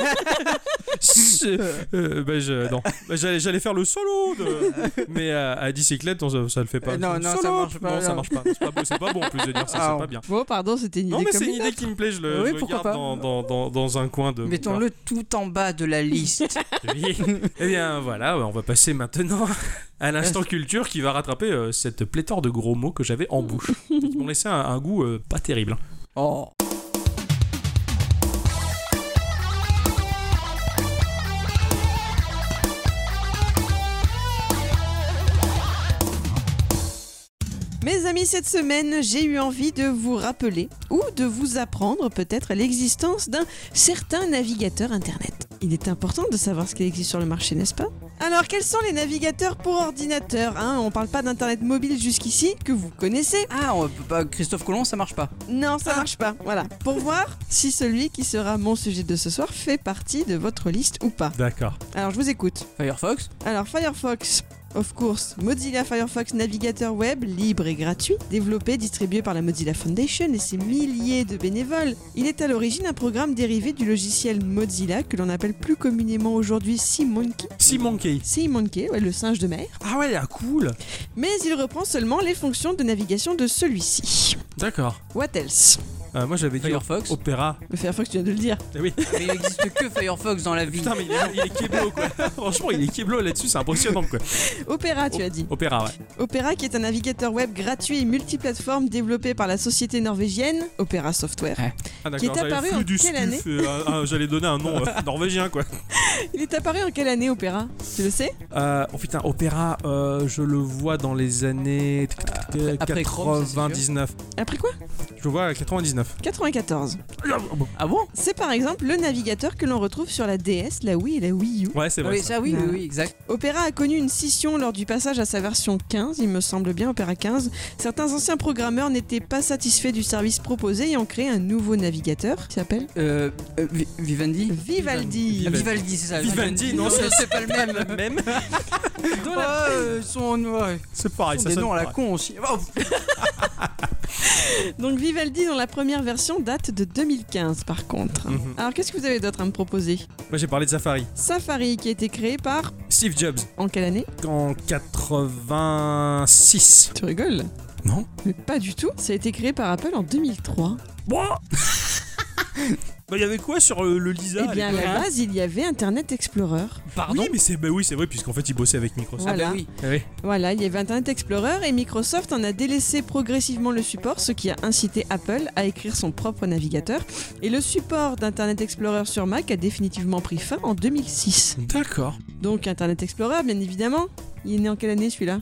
J'allais faire le solo mais à bicyclette ça le fait pas. Non, ça marche pas. Non, ça marche pas. C'est pas bon en plus de dire ça, c'est pas bien. Bon, pardon, c'était une idée. Non, mais c'est une idée qui me plaît, je le garde dans un coin de. Mettons-le tout en bas de la liste. Oui. Eh bien voilà, on va passer maintenant à l'instant culture qui va rattraper cette pléthore de gros mots que j'avais en bouche et qui m'ont laissé un goût pas terrible. Oh. Mes amis, cette semaine, j'ai eu envie de vous rappeler ou de vous apprendre peut-être l'existence d'un certain navigateur internet. Il est important de savoir ce qu'il existe sur le marché, n'est-ce pas ? Alors, quels sont les navigateurs pour ordinateur, hein ? On parle pas d'internet mobile jusqu'ici, que vous connaissez. Ah, on peut pas, Christophe Colomb, ça marche pas. Non, ça marche pas. Voilà. Pour voir si celui qui sera mon sujet de ce soir fait partie de votre liste ou pas. D'accord. Alors, je vous écoute. Firefox ? Alors, Firefox... Of course, Mozilla Firefox, navigateur web libre et gratuit, développé, distribué par la Mozilla Foundation et ses milliers de bénévoles. Il est à l'origine un programme dérivé du logiciel Mozilla que l'on appelle plus communément aujourd'hui SeaMonkey. SeaMonkey, ouais, le singe de mer. Ah ouais, cool. Mais il reprend seulement les fonctions de navigation de celui-ci. D'accord. What else ? Moi j'avais dit Firefox. Opera. Le Firefox, tu viens de le dire. Eh oui. Mais il n'existe que Firefox dans la vie. Putain, mais il est kéblo quoi. Franchement, il est kéblo là-dessus, c'est impressionnant quoi. Opera, tu as dit. Opera, ouais. Opera, qui est un navigateur web gratuit et multiplateforme développé par la société norvégienne Opera Software. Ouais. Ah Qui est d'accord, apparu j'avais en plus du quelle stuff, j'allais donner un nom norvégien quoi. Il est apparu en quelle année, Opera? Tu le sais? Oh putain, Opera, je le vois dans les années Après Chrome, ça, c'est 99. Après quoi? Je le vois à 99. 94. Ah bon? C'est par exemple le navigateur que l'on retrouve sur la DS, la Wii et la Wii U. Ouais, c'est vrai. Oui, ça, oui, Voilà. oui, exact. Opera a connu une scission lors du passage à sa version 15, il me semble bien, Opera 15. Certains anciens programmeurs n'étaient pas satisfaits du service proposé et ont créé un nouveau navigateur qui s'appelle Vivendi. Vivaldi. Vivaldi, c'est ça. Vivendi, non, c'est pas le même. Même. C'est pareil, ça des sonne noms à la pareil. con aussi. Oh. Donc Vivaldi dans la première version date de 2015 par contre. Mhm. Alors qu'est-ce que vous avez d'autre à me proposer? Moi j'ai parlé de Safari. Safari qui a été créé par... Steve Jobs En quelle année? en 86. Tu rigoles? Non. Mais pas du tout. Ça a été créé par Apple en 2003. Bon. Bah, il y avait quoi sur le Lisa Eh bien à la l'époque base il y avait Internet Explorer. Pardon. Oui, mais c'est vrai, puisqu'en fait, il bossait avec Microsoft. Voilà. Ah bah oui. Ah oui. Voilà, il y avait Internet Explorer et Microsoft en a délaissé progressivement le support, ce qui a incité Apple à écrire son propre navigateur. Et le support d'Internet Explorer sur Mac a définitivement pris fin en 2006. D'accord. Donc Internet Explorer, bien évidemment. Il est né en quelle année celui-là?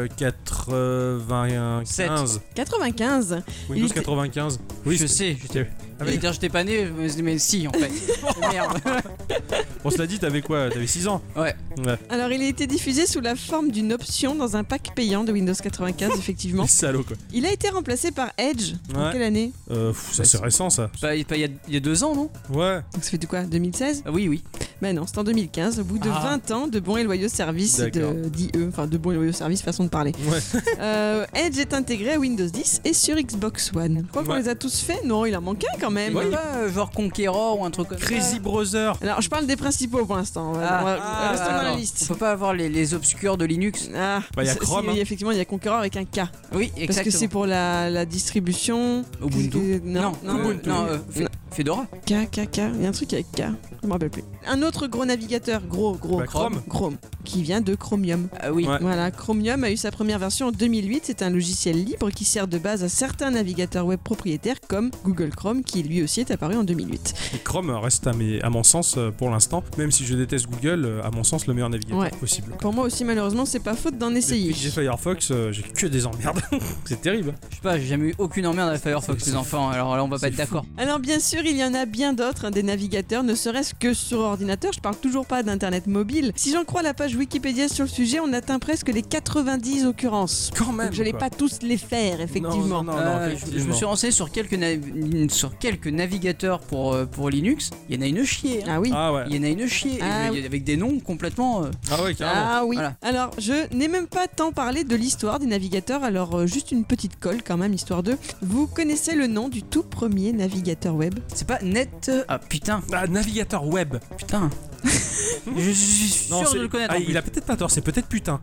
95. 95. Windows Il était- 95. Je sais. Ah J'allais oui. dire j'étais pas né, mais si en fait. Merde. On se l'a dit, t'avais quoi? T'avais 6 ans. Ouais. Alors il a été diffusé sous la forme d'une option dans un pack payant de Windows 95, effectivement. Les salauds quoi. Il a été remplacé par Edge. En Ouais. quelle année? Ça c'est récent ça. Pas il y a 2 ans, non? Ouais. Donc ça fait de quoi? 2016? Ah oui, oui. Ben non, c'est en 2015, au bout de 20 ans de bons et loyaux services D'accord. d'IE, enfin de bons et loyaux services, façon de parler. Ouais. Edge est intégré à Windows 10 et sur Xbox One. Je crois qu'on Ouais. les a tous faits. Non, il en manque un quand même. Ouais. Pas genre Conqueror ou un truc comme Crazy ça. Browser. Alors je parle des principaux pour l'instant. Restons dans la alors, liste. On peut pas avoir les obscurs de Linux. Ah, Bah, y a c'est- Chrome, oui, hein. effectivement, il y a Conqueror avec un K. Oui, Parce exactement. que c'est pour la distribution. Ubuntu. Non, Ubuntu. non. Fedora. K. Il y a un truc avec K. Je me rappelle plus. Un autre gros navigateur, gros. Bah, Chrome. Chrome, qui vient de Chromium. Ah oui. Ouais. Voilà, Chromium a eu sa première version en 2008. C'est un logiciel libre qui sert de base à certains navigateurs web propriétaires comme Google Chrome, qui lui aussi est apparu en 2008. Et Chrome reste à mon sens pour l'instant, même si je déteste Google, à mon sens le meilleur navigateur Ouais. possible. Pour moi aussi, malheureusement, c'est pas faute d'en essayer. Depuis que j'ai Firefox, j'ai que des emmerdes. C'est terrible. Je sais pas, j'ai jamais eu aucune emmerde avec Firefox, C'est les enfants. Alors là, on va pas c'est être d'accord. Alors bien sûr, il y en a bien d'autres, hein, des navigateurs, ne serait-ce que sur ordinateur. Je parle toujours pas d'internet mobile. Si j'en crois la page Wikipédia sur le sujet, on atteint presque les 90 occurrences. Quand même. Donc je n'allais quoi. pas tous les faire, effectivement. Non, Je me effectivement. suis renseigné sur quelques navigateurs pour Linux. Il y en a une chier. Hein. Ah oui. Ah ouais. Il y en a une chier. Ah Et avec des noms complètement. Ah ouais, carrément. Ah oui. Voilà. Alors, je n'ai même pas tant parlé de l'histoire des navigateurs, alors juste une petite colle quand même, histoire de... Vous connaissez le nom du tout premier navigateur web? C'est pas net. Ah putain. Ah, navigateur web. Putain. je suis sûr de le connaître. en plus. il a peut-être pas tort, c'est peut-être putain.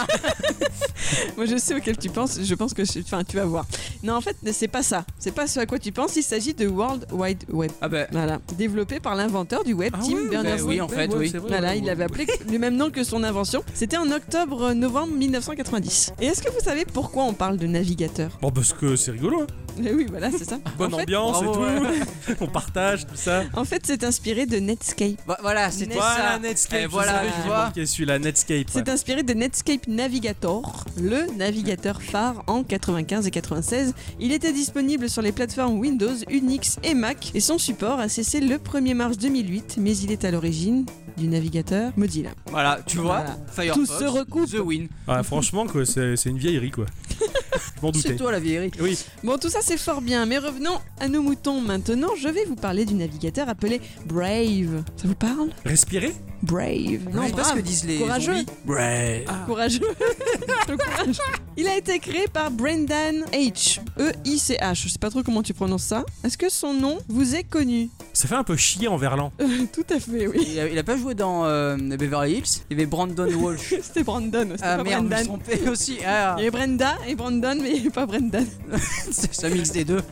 Moi je sais auquel tu penses, je pense que... Enfin, tu vas voir. Non, en fait, c'est pas ça. C'est pas ce à quoi tu penses, il s'agit de World Wide Web. Ah bah. Voilà, développé par l'inventeur du web, Ah Tim ouais, Berners-Lee. oui, en fait, oui. c'est vrai, Voilà, ouais, il ouais. l'avait appelé le même nom que son invention. C'était en octobre-novembre 1990. Et est-ce que vous savez pourquoi on parle de navigateur? Bon, parce que c'est rigolo, hein. Eh oui, voilà, c'est ça. Bonne En fait- ambiance et bravo, tout. On partage tout ça. En fait, c'est inspiré de Netscape. Voilà, c'était Voilà, ça. Netscape. Et voilà, je savais, tu j'ai vois. manqué celui-là, Netscape. C'est inspiré de Netscape Navigator, le navigateur phare en 95 et 96. Il était disponible sur les plateformes Windows, Unix et Mac et son support a cessé le 1er mars 2008, mais il est à l'origine du navigateur Mozilla. Voilà, tu vois. Voilà. Firefox. Tout se recoupe. The Win. Ah, franchement, quoi, c'est une vieillerie, quoi. Je m'en doutais. C'est toi la vieillerie. Oui. Bon, tout ça c'est fort bien, mais revenons à nos moutons maintenant. Je vais vous parler du navigateur appelé Brave. Ça vous parle? Respirer. Brave. Non, c'est pas ce brave. que disent les Courageux. zombies. Ouais. Courageux. Le courage. Il a été créé par Brendan H. E-I-C-H. Je sais pas trop comment tu prononces ça. Est-ce que son nom vous est connu? Ça fait un peu chier en verlan. Tout à fait, oui. Il a pas joué dans Beverly Hills. Il y avait Brandon Walsh. C'était Brandon, c'était Ah pas merde, je me Brendan. suis trompé aussi. Ah, Il y avait Brenda et Brandon, mais pas Brendan. c'est un mix des deux.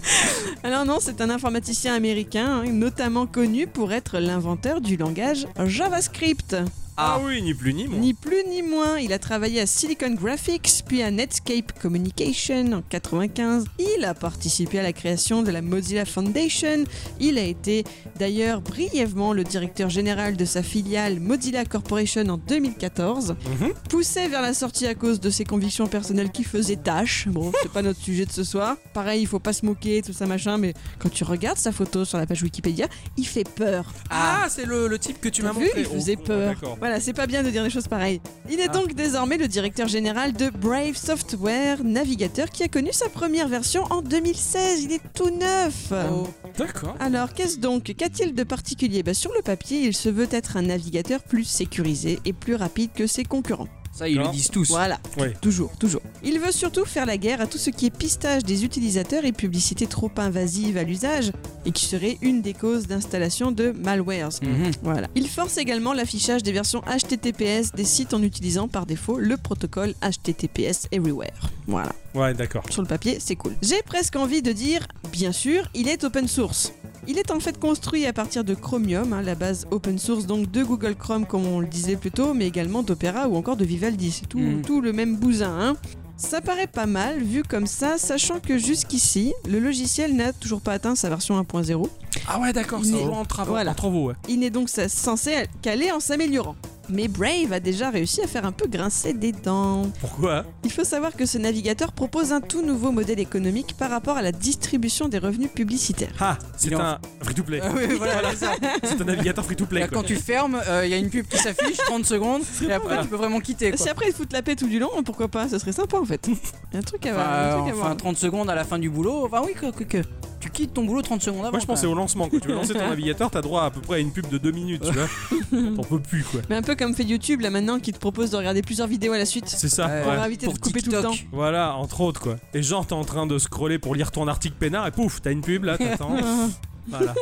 Alors non, c'est un informaticien américain, hein, notamment connu pour être l'inventeur du langage JavaScript. Ah oui, ni plus ni moins. Ni plus ni moins, il a travaillé à Silicon Graphics, puis à Netscape Communication en 95. Il a participé à la création de la Mozilla Foundation. Il a été d'ailleurs brièvement le directeur général de sa filiale Mozilla Corporation en 2014. Poussé vers la sortie à cause de ses convictions personnelles qui faisaient tâche. Bon, c'est pas notre sujet de ce soir. Pareil, il faut pas se moquer, tout ça machin, mais quand tu regardes sa photo sur la page Wikipédia, il fait peur. Ah, c'est le type que tu m'as T'as vu, montré. il faisait peur. D'accord. Voilà, c'est pas bien de dire des choses pareilles. Il est donc désormais le directeur général de Brave Software, navigateur qui a connu sa première version en 2016. Il est tout neuf. Oh. D'accord. Alors, qu'est-ce donc? Qu'a-t-il de particulier? Sur le papier, il se veut être un navigateur plus sécurisé et plus rapide que ses concurrents. Ça, ils le disent tous. Voilà, Ouais. toujours. Il veut surtout faire la guerre à tout ce qui est pistage des utilisateurs et publicité trop invasive à l'usage et qui serait une des causes d'installation de malwares. Voilà. Il force également l'affichage des versions HTTPS des sites en utilisant par défaut le protocole HTTPS Everywhere. Voilà. Ouais, d'accord. Sur le papier, c'est cool. J'ai presque envie de dire, bien sûr, il est open source. Il est en fait construit à partir de Chromium, la base open source donc de Google Chrome comme on le disait plus tôt, mais également d'Opera ou encore de Vivaldi. C'est tout le même bousin, hein. Ça paraît pas mal vu comme ça, sachant que jusqu'ici, le logiciel n'a toujours pas atteint sa version 1.0. Ah ouais, d'accord, Il c'est est- en travaux. Voilà. En travaux, ouais. Il n'est donc censé qu'aller en s'améliorant. Mais Brave a déjà réussi à faire un peu grincer des dents. Pourquoi? Il faut savoir que ce navigateur propose un tout nouveau modèle économique par rapport à la distribution des revenus publicitaires. Ah, c'est Il est en- un free-to-play. Ah oui, voilà, c'est ça. C'est un navigateur free-to-play. Là, quoi. quand tu fermes, il y a une pub qui s'affiche, 30 secondes, et après Voilà. tu peux vraiment quitter. Si Quoi. après ils foutent la paix tout du long, pourquoi pas? Ce serait sympa en fait. Il y a un truc à voir. un truc à voir. 30 secondes à la fin du boulot, enfin oui, que tu quittes ton boulot 30 secondes avant. Moi je pensais au lancement, quand tu veux lancer ton navigateur, t'as droit à peu près à une pub de 2 minutes, tu vois. T'en peux plus quoi. Mais un peu comme fait YouTube là maintenant qui te propose de regarder plusieurs vidéos à la suite. C'est ça. Ouais. Pour ouais. éviter de Pour te couper tout le TikTok. temps. Voilà, entre autres quoi. Et genre t'es en train de scroller pour lire ton article peinard et pouf, t'as une pub là, t'attends. Voilà.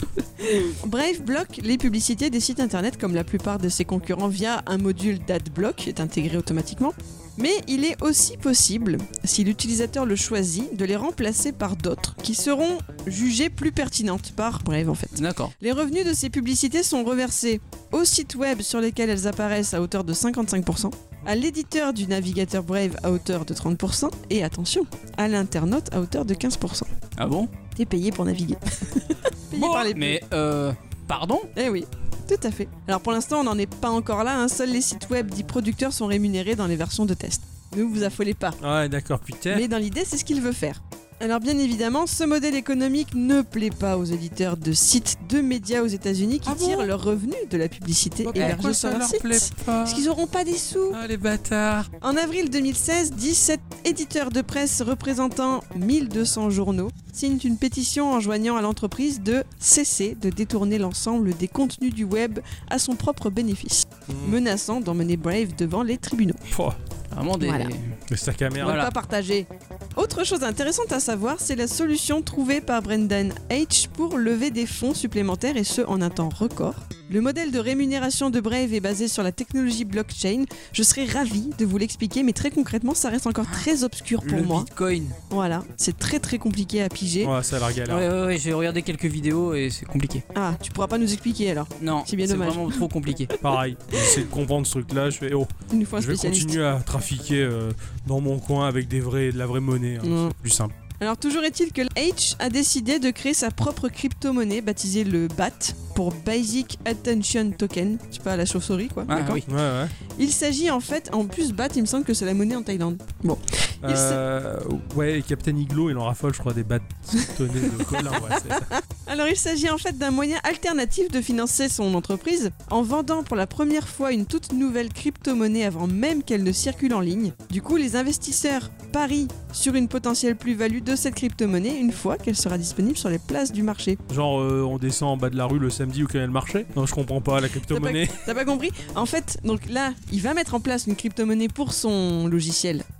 Brave bloque les publicités des sites internet comme la plupart de ses concurrents via un module d'adblock qui est intégré automatiquement. Mais il est aussi possible, si l'utilisateur le choisit, de les remplacer par d'autres qui seront jugées plus pertinentes par Brave en fait. D'accord. Les revenus de ces publicités sont reversés aux sites web sur lesquels elles apparaissent à hauteur de 55%, à l'éditeur du navigateur Brave à hauteur de 30%, et attention, à l'internaute à hauteur de 15%. Ah bon? T'es payé pour naviguer. Payé par les pubs. Mais pardon? Eh oui, tout à fait. Alors pour l'instant, on n'en est pas encore là, hein. Seuls les sites web dits producteurs sont rémunérés dans les versions de test. Ne vous affolez pas. Ouais, d'accord, putain. Mais dans l'idée, c'est ce qu'il veut faire. Alors bien évidemment, ce modèle économique ne plaît pas aux éditeurs de sites de médias aux États-Unis qui Ah bon tirent leurs revenus de la publicité hébergée sur leur site. pas Parce qu'ils n'auront pas des sous. Ah les bâtards. En avril 2016, 17 éditeurs de presse représentant 1200 journaux signent une pétition enjoignant à l'entreprise de cesser de détourner l'ensemble des contenus du web à son propre bénéfice, menaçant d'emmener Brave devant les tribunaux. Oh, Vraiment des. Voilà. le sac à merde. Voilà. Pas partagé. Autre chose intéressante à savoir, c'est la solution trouvée par Brendan H pour lever des fonds supplémentaires et ce en un temps record. Le modèle de rémunération de Brave est basé sur la technologie blockchain. Je serais ravi de vous l'expliquer, mais très concrètement, ça reste encore très obscur pour Le moi. Bitcoin. Voilà, c'est très très compliqué à piger. Ouais, ça a l'air galère. Ouais, j'ai regardé quelques vidéos et c'est compliqué. Ah, tu pourras pas nous expliquer alors. Non, C'est bien dommage. vraiment trop compliqué. Pareil, j'essaie de comprendre ce truc là, je fais oh, Il nous faut un je vais spécialiste. continuer à trafiquer dans mon coin avec de la vraie monnaie, hein. Mm. C'est plus simple. Alors toujours est-il que H a décidé de créer sa propre crypto-monnaie baptisée le BAT pour Basic Attention Token. C'est pas la chauve-souris quoi. Ah d'accord. oui. Ouais. Il s'agit en fait, en plus BAT, il me semble que c'est la monnaie en Thaïlande. Bon. Il Ouais, et Captain Iglo, il en raffole, je crois, des bâtonnets de Colin. Ouais, c'est ça. Alors il s'agit en fait d'un moyen alternatif de financer son entreprise en vendant pour la première fois une toute nouvelle crypto-monnaie avant même qu'elle ne circule en ligne. Du coup, les investisseurs parient sur une potentielle plus-value de cette crypto-monnaie une fois qu'elle sera disponible sur les places du marché. Genre, on descend en bas de la rue le samedi où il y a le marché. Non, je comprends pas, la crypto-monnaie. T'as pas compris? En fait, donc là, il va mettre en place une crypto-monnaie pour son logiciel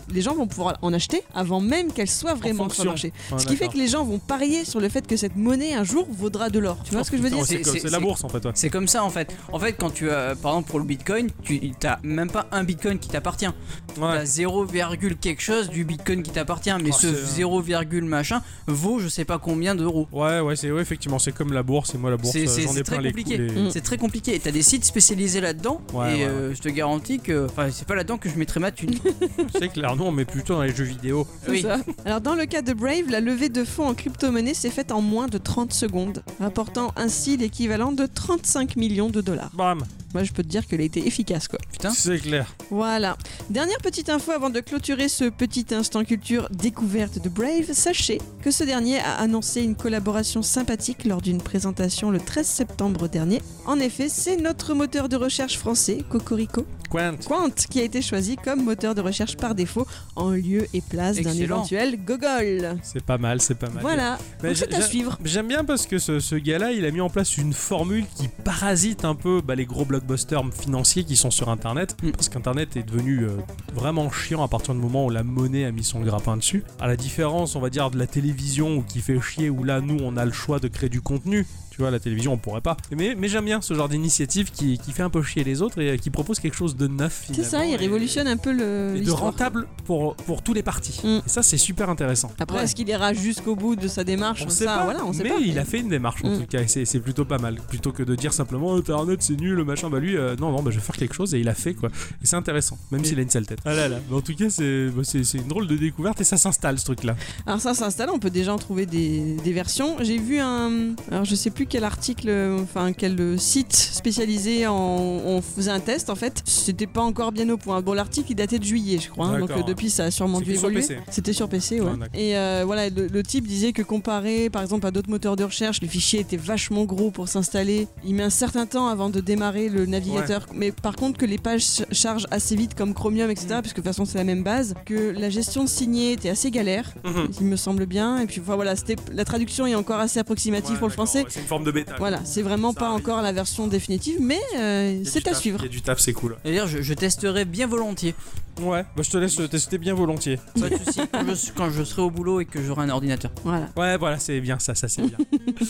les gens vont pouvoir en acheter avant même qu'elle soit vraiment sur le marché. Ouais, Ce qui fait d'accord. que les gens vont parier sur le fait que cette monnaie un jour vaudra de l'or. Tu vois ce que je veux dire? C'est la bourse en fait. Ouais. C'est comme ça en fait. En fait, quand tu as, par exemple pour le Bitcoin, tu t'as même pas un Bitcoin qui t'appartient. T'as 0, quelque chose du Bitcoin qui t'appartient, mais ce 0, machin vaut je sais pas combien d'euros. Ouais, effectivement, c'est comme la bourse. Et moi, la bourse, j'en ai très plein les compliqué. coups. C'est très compliqué. Et t'as des sites spécialisés là-dedans. Ouais, et ouais. Je te garantis que, enfin, c'est pas là-dedans que je mettrai ma thune. C'est clair, nous on met plutôt dans les jeux vidéo. Oui. Ça. Alors dans le cas de Brave, la levée de fonds en crypto-monnaie s'est faite en moins de 30 secondes, rapportant ainsi l'équivalent de 35 millions de dollars. Bam, Moi je peux te dire qu'elle a été efficace quoi. Putain. c'est clair. Voilà. Dernière petite info avant de clôturer ce petit instant culture découverte de Brave, sachez que ce dernier a annoncé une collaboration sympathique lors d'une présentation le 13 septembre dernier. En effet, c'est notre moteur de recherche français, Cocorico, Quant. Quant, qui a été choisi comme moteur de recherche par défaut en lieu et place d'un Excellent. éventuel Gogol. C'est pas mal, c'est pas mal. Voilà, Mais donc c'est à suivre. J'aime bien parce que ce gars-là, il a mis en place une formule qui parasite un peu les gros blockbusters financiers qui sont sur Internet. Parce qu'Internet est devenu vraiment chiant à partir du moment où la monnaie a mis son grappin dessus. À la différence, on va dire, de la télévision qui fait chier, où là, nous, on a le choix de créer du contenu. Tu vois, la télévision, on pourrait pas. Mais j'aime bien ce genre d'initiative qui fait un peu chier les autres et qui propose quelque chose de neuf. C'est ça, il révolutionne un peu Et de l'histoire. rentable pour tous les partis. Mm. Et ça, c'est super intéressant. Après, est-ce qu'il ira jusqu'au bout de sa démarche? On sait Ça, pas, voilà, on sait mais pas. il a fait une démarche en tout cas, et c'est plutôt pas mal. Plutôt que de dire simplement Internet c'est nul, machin, bah lui, non, je vais faire quelque chose et il a fait quoi. Et c'est intéressant, même s'il a une sale tête. Ah là là, mais en tout cas, c'est une drôle de découverte et ça s'installe ce truc là. Alors ça s'installe, on peut déjà en trouver des versions. J'ai vu alors je sais plus quel article, enfin quel site spécialisé on faisait un test en fait. C'était pas encore bien au point. Bon, l'article il datait de juillet, je crois, hein, donc D'accord. depuis ça a sûrement dû C'était sur évoluer. PC. C'était sur PC, ouais. Ah, d'accord. Et voilà, le type disait que comparé par exemple à d'autres moteurs de recherche, le fichier était vachement gros pour s'installer. Il met un certain temps avant de démarrer le navigateur, mais par contre que les pages chargent assez vite comme Chromium, etc. Parce que de toute façon c'est la même base. Que la gestion de signés était assez galère, il me semble bien. Et puis voilà, la traduction est encore assez approximative Ouais, pour le d'accord, français. ouais, c'est une forme de bêta. Voilà, c'est vraiment Ça pas arrive. encore la version définitive, mais c'est à suivre. Il y a du taf, c'est cool. C'est-à-dire, je testerai bien volontiers. Ouais, bah je te laisse tester bien volontiers. Pas de soucis. Quand je serai au boulot et que j'aurai un ordinateur. Voilà. Ouais, voilà, c'est bien ça c'est bien.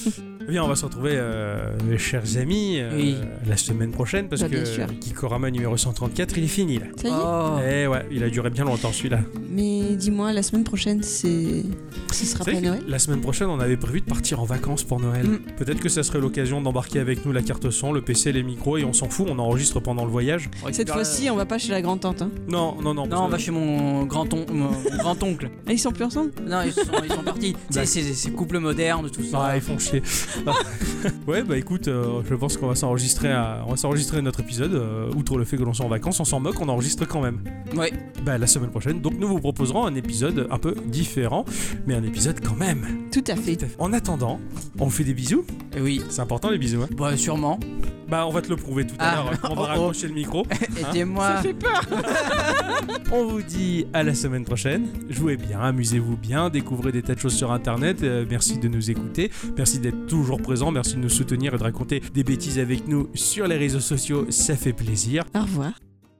Eh bien, on va se retrouver, mes chers amis, Oui. la semaine prochaine parce Bah, bien que sûr. Kikorama numéro 134, il est fini là. Ça y est. Oh. Eh ouais, il a duré bien longtemps celui-là. Mais dis-moi, la semaine prochaine, ce sera C'est pas vrai que Noël? la semaine prochaine, on avait prévu de partir en vacances pour Noël. Peut-être que ça serait l'occasion d'embarquer avec nous la carte son, le PC, les micros et on s'en fout, on enregistre pendant le voyage. Cette fois-ci, on va pas chez la grand-tante. Hein. Non. Non, on va chez mon grand-oncle. Ah, ils sont plus ensemble? Non, ils sont partis. Tu sais, c'est couple moderne, tout ça. Ah, ils font chier. Ouais, bah écoute, je pense qu'on va s'enregistrer notre épisode. Outre le fait que l'on soit en vacances, on s'en moque, on enregistre quand même. Ouais. Bah la semaine prochaine, donc nous vous proposerons un épisode un peu différent, mais un épisode quand même. Tout à fait. En attendant, on vous fait des bisous. Oui. C'est important les bisous, hein. Bah, sûrement. Bah on va te le prouver tout à Ah. l'heure quand on va raccrocher le micro. Aidez-moi. Ça fait peur. On vous dit à la semaine prochaine. Jouez bien, amusez-vous bien, découvrez des tas de choses sur internet. Merci de nous écouter, merci d'être toujours présent, merci de nous soutenir et de raconter des bêtises avec nous sur les réseaux sociaux, ça fait plaisir. Au revoir.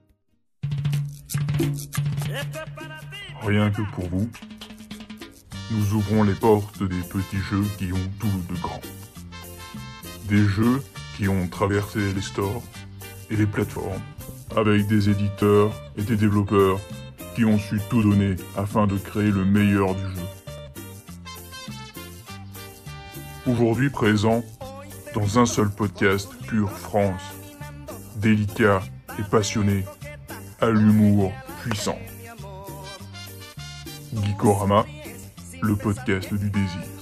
Rien que pour vous, nous ouvrons les portes des petits jeux qui ont tout de grand. Des jeux qui ont traversé les stores et les plateformes, avec des éditeurs et des développeurs qui ont su tout donner afin de créer le meilleur du jeu. Aujourd'hui présent dans un seul podcast pure France, délicat et passionné, à l'humour puissant. Geekorama, le podcast du désir.